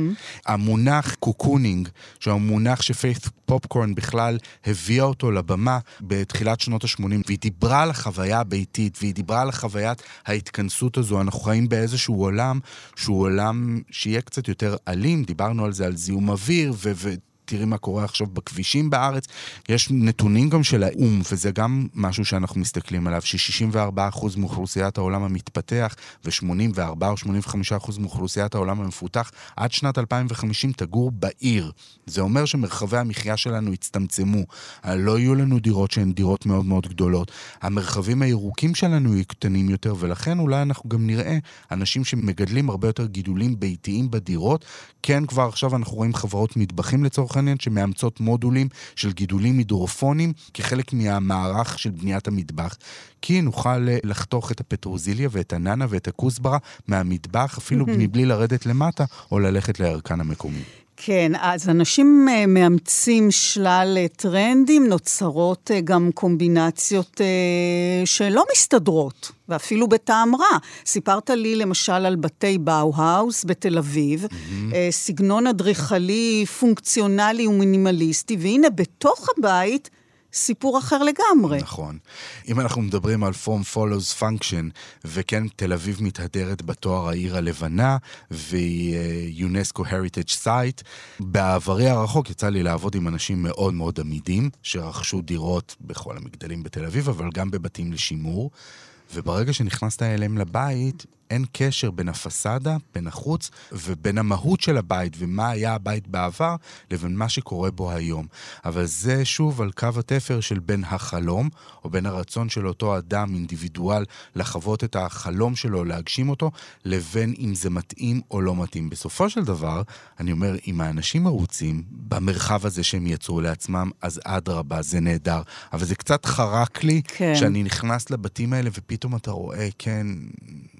המונח קוקונינג, שהמונח שפיית' פופקורן בכלל הביאה אותו לבמה בתחילת שנות ה-80, והיא דיברה על החוויה הביתית, והיא דיברה על חוויית ההתכנסות הזו. אנחנו חיים באיזשהו עולם, שהוא עולם שיהיה קצת יותר אלים, דיברנו על זה, על זיהום אוויר, תראי מה קורה עכשיו בכבישים בארץ. יש נתונים גם של האום, וזה גם משהו שאנחנו מסתכלים עליו, ש-64% מאוכלוסיית העולם המתפתח, ו-84 או 85% מאוכלוסיית העולם המפותח, עד שנת 2050 תגור בעיר. זה אומר שמרחבי המחיה שלנו הצטמצמו. לא יהיו לנו דירות שהן דירות מאוד מאוד גדולות. המרחבים הירוקים שלנו יהיו קטנים יותר, ולכן אולי אנחנו גם נראה אנשים שמגדלים הרבה יותר גידולים ביתיים בדירות. כן, כבר עכשיו אנחנו רואים חברות מטבחים לצורך העניין, שמאמצות מודולים של גידולים הידרופונים כחלק מהמערך של בניית המטבח. כי נוכל לחתוך את הפטרוזיליה ואת הננה ואת הכוסברה מהמטבח, אפילו מבלי לרדת למטה או ללכת לירקן המקומי. כן, אז אנשים מאמצים שלל טרנדים, נוצרות גם קומבינציות שלא מסתדרות, ואפילו בטעם רע. סיפרת לי למשל על בתי באו-האוס בתל אביב, סגנון אדריכלי, פונקציונלי ומינימליסטי, והנה בתוך הבית סיפור אחר לגמרי. נכון. אם אנחנו מדברים על Form Follows Function, וכן תל אביב מתהדרת בתואר העיר הלבנה, והיא UNESCO Heritage Site, בעברי הרחוק יצא לי לעבוד עם אנשים מאוד מאוד עמידים, שרכשו דירות בכל המגדלים בתל אביב, אבל גם בבתים לשימור, וברגע שנכנסת אליהם לבית, אין קשר בין הפסדה, בין החוץ, ובין המהות של הבית, ומה היה הבית בעבר, לבין מה שקורה בו היום. אבל זה שוב על קו התפר של בין החלום, או בין הרצון של אותו אדם אינדיבידואל, לחוות את החלום שלו, להגשים אותו, לבין אם זה מתאים או לא מתאים. בסופו של דבר, אני אומר, אם האנשים מרוצים במרחב הזה שהם יצרו לעצמם, אז אדרבה, זה נהדר. אבל זה קצת חרק לי, שאני נכנס לבתים האלה, ופתאום אתה רואה, כן,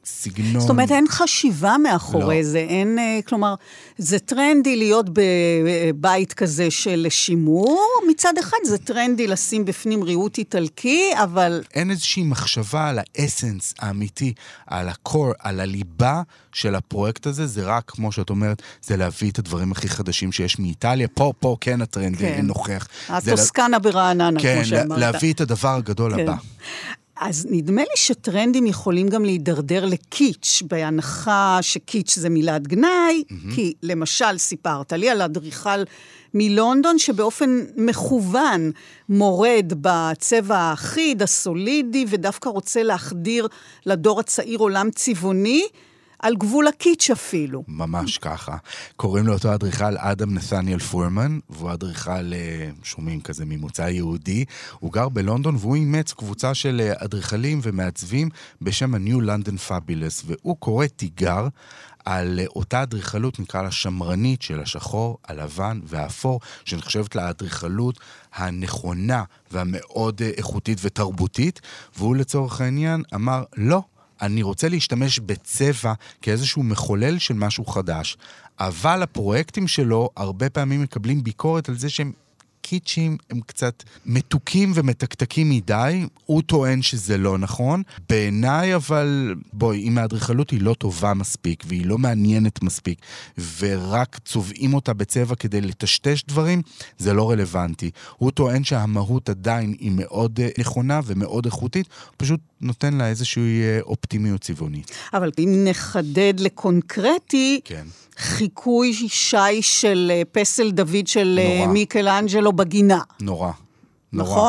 סגנון. זאת אומרת, אין חשיבה מאחורי זה, אין, כלומר, זה טרנדי להיות בבית כזה של שימור, מצד אחד זה טרנדי לשים בפנים ריהוט איטלקי, אבל... אין איזושהי מחשבה על האסנס האמיתי, על הקור, על הליבה של הפרויקט הזה, זה רק, כמו שאת אומרת, זה להביא את הדברים הכי חדשים שיש מאיטליה, פה כן הטרנד נוכח. הטוסקנה ברעננה, כמו שאמרת. כן, להביא את הדבר הגדול הבא. אז נדמה לי שטרנדים יכולים גם להידרדר לקיץ', בהנחה שקיץ' זה מילת גנאי, כי למשל סיפרת לי על אדריכל מלונדון, שבאופן מכוון מורד בצבע האחיד, הסולידי, ודווקא רוצה להחדיר לדור הצעיר עולם צבעוני, על גבול הקיץ' אפילו. ממש ככה. קוראים לו אותו אדריכל אדם נתניאל פורמן, והוא אדריכל שומעים כזה ממוצא יהודי. הוא גר בלונדון, והוא אימץ קבוצה של אדריכלים ומעצבים בשם ה-New London Fabulous, והוא קורא תיגר על אותה אדריכלות, נקרא לה שמרנית, של השחור, הלבן והאפור, שנחשבת לאדריכלות הנכונה והמאוד איכותית ותרבותית, והוא לצורך העניין אמר, לא, אני רוצה להשתמש בצבע כאיזשהו מחולל של משהו חדש, אבל הפרויקטים שלו הרבה פעמים מקבלים ביקורת על זה שהם קיצ'ים, הם קצת מתוקים ומתקתקים מדי, הוא טוען שזה לא נכון, בעיניי אבל, בואי, אם האדריכלות היא לא טובה מספיק, והיא לא מעניינת מספיק, ורק צובעים אותה בצבע כדי לטשטש דברים, זה לא רלוונטי. הוא טוען שהמהות עדיין היא מאוד נכונה ומאוד איכותית, פשוט נותן לה איזושהי אופטימיות צבעונית. אבל אם נחדד לקונקרטי, כן. חיקוי שי של פסל דוד של מיקלאנג'לו בגינה. נורא. נכון?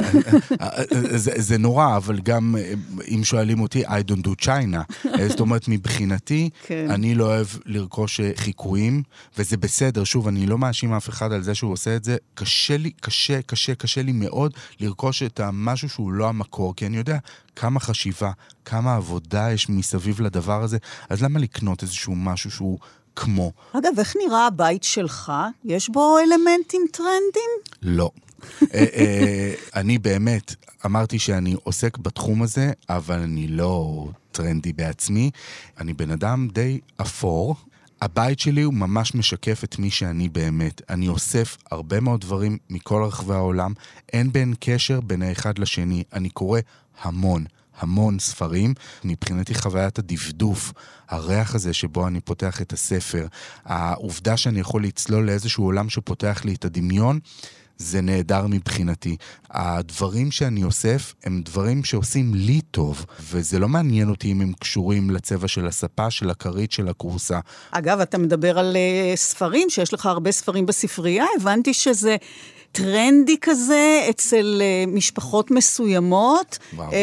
זה נורא, אבל גם אם שואלים אותי, I don't do China. זאת אומרת, מבחינתי, אני לא אוהב לרכוש חיקויים, וזה בסדר. שוב, אני לא מאשים אף אחד על זה שהוא עושה את זה. קשה לי מאוד לרכוש את משהו שהוא לא המקור, כי אני יודע כמה חשיבה, כמה עבודה יש מסביב לדבר הזה, אז למה לקנות איזשהו משהו שהוא כמו? אגב, איך נראה הבית שלך? יש בו אלמנטים טרנדים? לא. אני באמת אמרתי שאני עוסק בתחום הזה, אבל אני לא טרנדי בעצמי. אני בן אדם די אפור. הבית שלי הוא ממש משקף את מי שאני באמת. אני אוסף הרבה מאוד דברים מכל רחבי העולם. אין בין קשר בין האחד לשני. אני קורא המון ספרים. מבחינתי חוויית הדפדוף, הריח הזה שבו אני פותח את הספר, העובדה שאני יכול לצלול לאיזשהו עולם שפותח לי את הדמיון, זה נהדר מבחינתי. הדברים שאני אוסף הם דברים שעושים לי טוב, וזה לא מעניין אותי אם הם קשורים לצבע של הספה, של הכרית, של הקורסה. אגב, אתה מדבר על ספרים, שיש לך הרבה ספרים בספרייה, הבנתי שזה טרנדי כזה אצל משפחות מסוימות.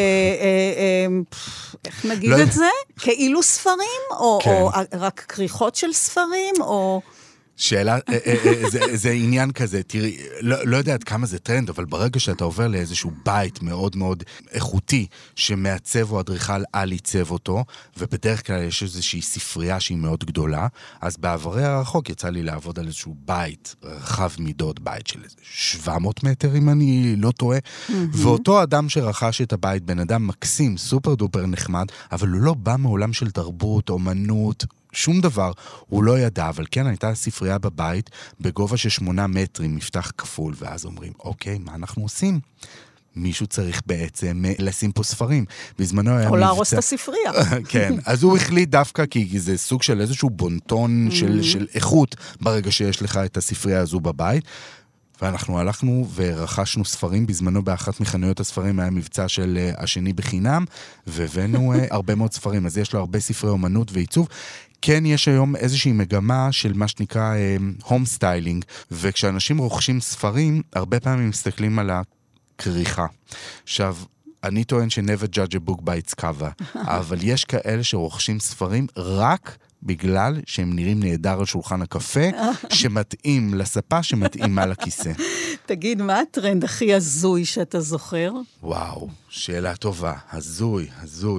איך נגיד את זה? כאילו ספרים? או רק כריכות של ספרים? או... שאלה, זה עניין כזה, תראי, לא יודעת כמה זה טרנד, אבל ברגע שאתה עובר לאיזשהו בית מאוד מאוד איכותי, שמעצב או אדריכל על ייצב אותו, ובדרך כלל יש איזושהי ספרייה שהיא מאוד גדולה, אז בעברי הרחוק יצא לי לעבוד על איזשהו בית, רחב מידות, בית של 700 מטר, אם אני לא טועה, ואותו אדם שרכש את הבית, בן אדם מקסים, סופר דופר נחמד, אבל הוא לא בא מעולם של תרבות, אומנות, שום דבר, הוא לא ידע, אבל כן הייתה ספרייה בבית בגובה של 8 מטרים, מפתח כפול, ואז אומרים, אוקיי, מה אנחנו עושים? מישהו צריך בעצם לשים פה ספרים. בזמנו היה מבצע... או להרוס את הספרייה. כן, אז הוא החליט דווקא, כי זה סוג של איזשהו בונטון של איכות, ברגע שיש לך את הספרייה הזו בבית, ואנחנו הלכנו ורכשנו ספרים, בזמנו באחת מחנויות הספרים היה מבצע של השני בחינם, והבאנו הרבה מאוד ספרים, אז יש לו הרבה ספרי אומנות ועיצוב. כן, יש היום איזושהי מגמה של מה שנקרא הום סטיילינג, וכשאנשים רוכשים ספרים, הרבה פעמים מסתכלים על הכריכה. עכשיו, אני טוען ש-never judge a book by its cover, אבל יש כאלה שרוכשים ספרים רק בגלל שהם נראים נהדר על שולחן הקפה, שמתאים לספה, שמתאים על הכיסא. תגיד, מה הטרנד הכי הזוי שאתה זוכר? וואו, שאלה טובה. הזוי.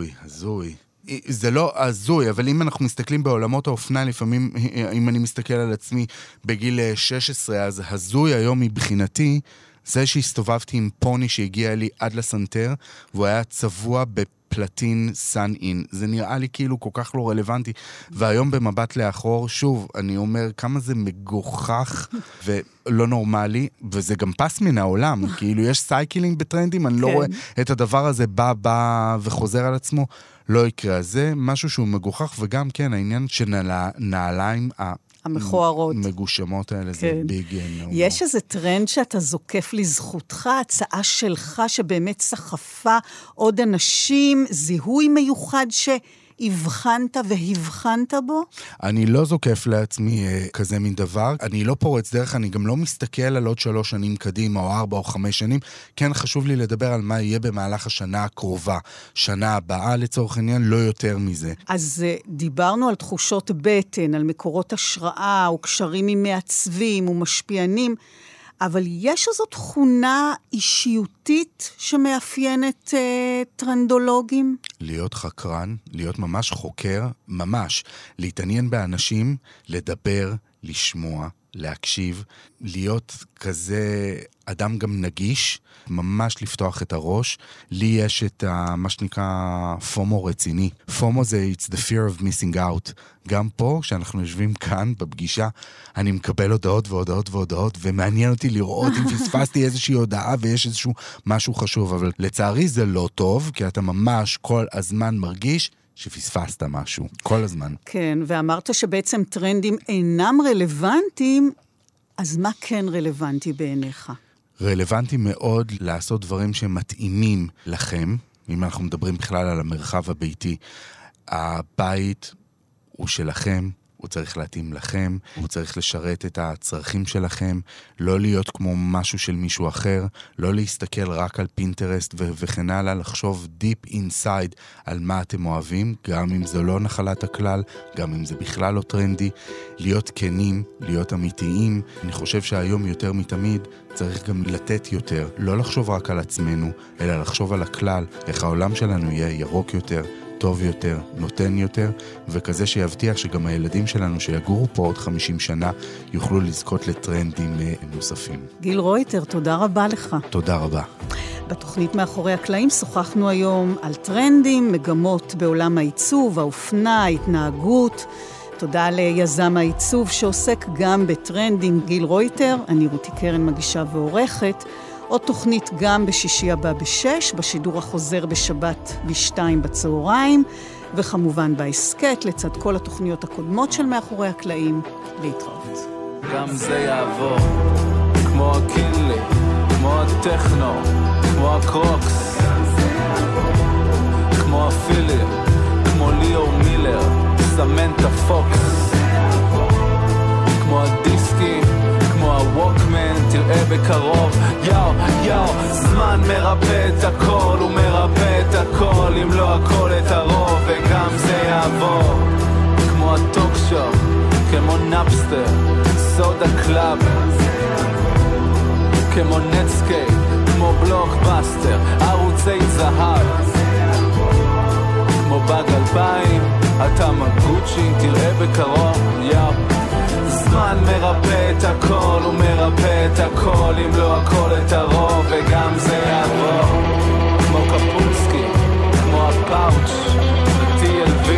זה לא הזוי, אבל אם אנחנו מסתכלים בעולמות האופנה, לפעמים, אם אני מסתכל על עצמי בגיל 16, אז הזוי היום מבחינתי, זה שהסתובבתי עם פוני שהגיע לי עד לסנטר, והוא היה צבוע פלטין סן אין. זה נראה לי כאילו כל כך לא רלוונטי. והיום במבט לאחור, שוב, אני אומר כמה זה מגוחך ולא נורמלי, וזה גם פס מן העולם. כאילו יש סייקלינג בטרנדים, אני לא רואה את הדבר הזה בא וחוזר על עצמו. לא יקרה. אז זה משהו שהוא מגוחך, וגם כן, העניין שנעליים המכוערות. מגושמות האלה, כן. זה ביג נאום. יש איזה טרנד שאתה זוקף לזכותך, הצעה שלך שבאמת סחפה עוד אנשים, זיהוי מיוחד שהבחנת והבחנת בו? אני לא זוקף לעצמי כזה מין דבר, אני לא פורץ דרך, אני גם לא מסתכל על עוד 3 שנים קדימה, או 4 או 5 שנים, כן חשוב לי לדבר על מה יהיה במהלך השנה הקרובה, שנה הבאה לצורך עניין, לא יותר מזה. אז דיברנו על תחושות בטן, על מקורות השראה, וקשרים עם מעצבים ומשפיענים, אבל יש איזו תכונה אישיותית שמאפיינת טרנדולוגים? להיות חקרן, להיות ממש חוקר, ממש, להתעניין באנשים, לדבר, לשמוע, להקשיב, להיות כזה אדם גם נגיש, ממש לפתוח את הראש. לי יש את מה שנקרא פומו רציני. פומו זה it's the fear of missing out. גם פה, כשאנחנו יושבים כאן בפגישה, אני מקבל הודעות והודעות והודעות, ומעניין אותי לראות אם פספסתי איזושהי הודעה ויש איזשהו משהו חשוב, אבל לצערי זה לא טוב, כי אתה ממש כל הזמן מרגיש שפספסת משהו, כל הזמן. כן, ואמרת שבעצם טרנדים אינם רלוונטיים, אז מה כן רלוונטי בעיניך? רלוונטי מאוד לעשות דברים שמתאימים לכם, אם אנחנו מדברים בכלל על המרחב הביתי. הבית הוא שלכם, הוא צריך להתאים לכם, הוא צריך לשרת את הצרכים שלכם, לא להיות כמו משהו של מישהו אחר, לא להסתכל רק על פינטרסט וכן הלאה, לחשוב deep inside על מה אתם אוהבים, גם אם זה לא נחלת הכלל, גם אם זה בכלל לא טרנדי, להיות כנים, להיות אמיתיים. אני חושב שהיום יותר מתמיד צריך גם לתת יותר, לא לחשוב רק על עצמנו, אלא לחשוב על הכלל, איך העולם שלנו יהיה ירוק יותר, טוב יותר, נותן יותר, וכזה שיבטיח שגם הילדים שלנו שיגורו פה עוד 50 שנה, יוכלו לזכות לטרנדים נוספים. גיל רויטר, תודה רבה לך. תודה רבה. בתוכנית מאחורי הקלעים שוחחנו היום על טרנדים, מגמות בעולם העיצוב, האופנה, ההתנהגות. תודה ליזם העיצוב שעוסק גם בטרנדים, גיל רויטר. אני רותי קרן, מגישה ועורכת. עוד תוכנית גם בשישי הבא ב-6, בשידור החוזר בשבת ב-2 בצהריים, וכמובן בהסקט לצד כל התוכניות הקודמות של מאחורי הקלעים. להתראות. גם זה יעבור, כמו הקינלי, כמו הטכנו, כמו הקרוקס, כמו הפילים, כמו ליאור מילר, סמנטה פוקס, כמו הדיסקים, כמו הווקמן, תראה בקרוב. יאו, יאו, זמן מרפא את הכל, הוא מרפא את הכל, אם לא הכל את הרוב, וגם זה יעבור. כמו הטוק שואו, כמו נאפסטר, סודה קלאב, כמו נטסקייפ, כמו בלוקבאסטר, ערוצי זהב, כמו באג 2000, אתה מגוצ'י, תראה בקרוב. יאו, זמן מרפא את הכל, הוא מרפא את הכל, אם לא הכל את הרוב, וגם זה יעבור. כמו קפוצקי, כמו הפאוץ' ב-TLV,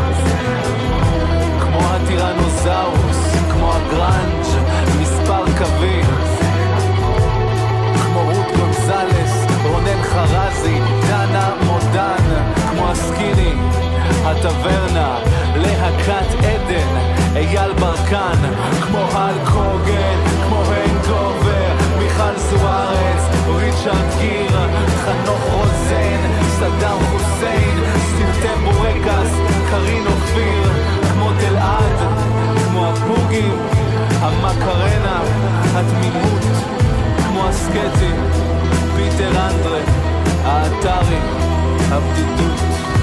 כמו הטירנוזאוס, כמו הגרנג' מספר קווים, כמו רות גונזלס, רונן חרזי, דנה מודן, כמו הסקיני, הטברנה, להקת עדן, אייל ברקן, כמו הל קוגן, כמו הנגובר, מיכל סוארץ, ריצ'רד גיר, חנוך רוזן, סדאם חוסיין, סרטי בורקס, קרין אופיר, כמו תלעד, כמו הבוגים, המקרנה, התמימות, כמו הסקטים, פיטר אנדרה, האתרי, הבדידות.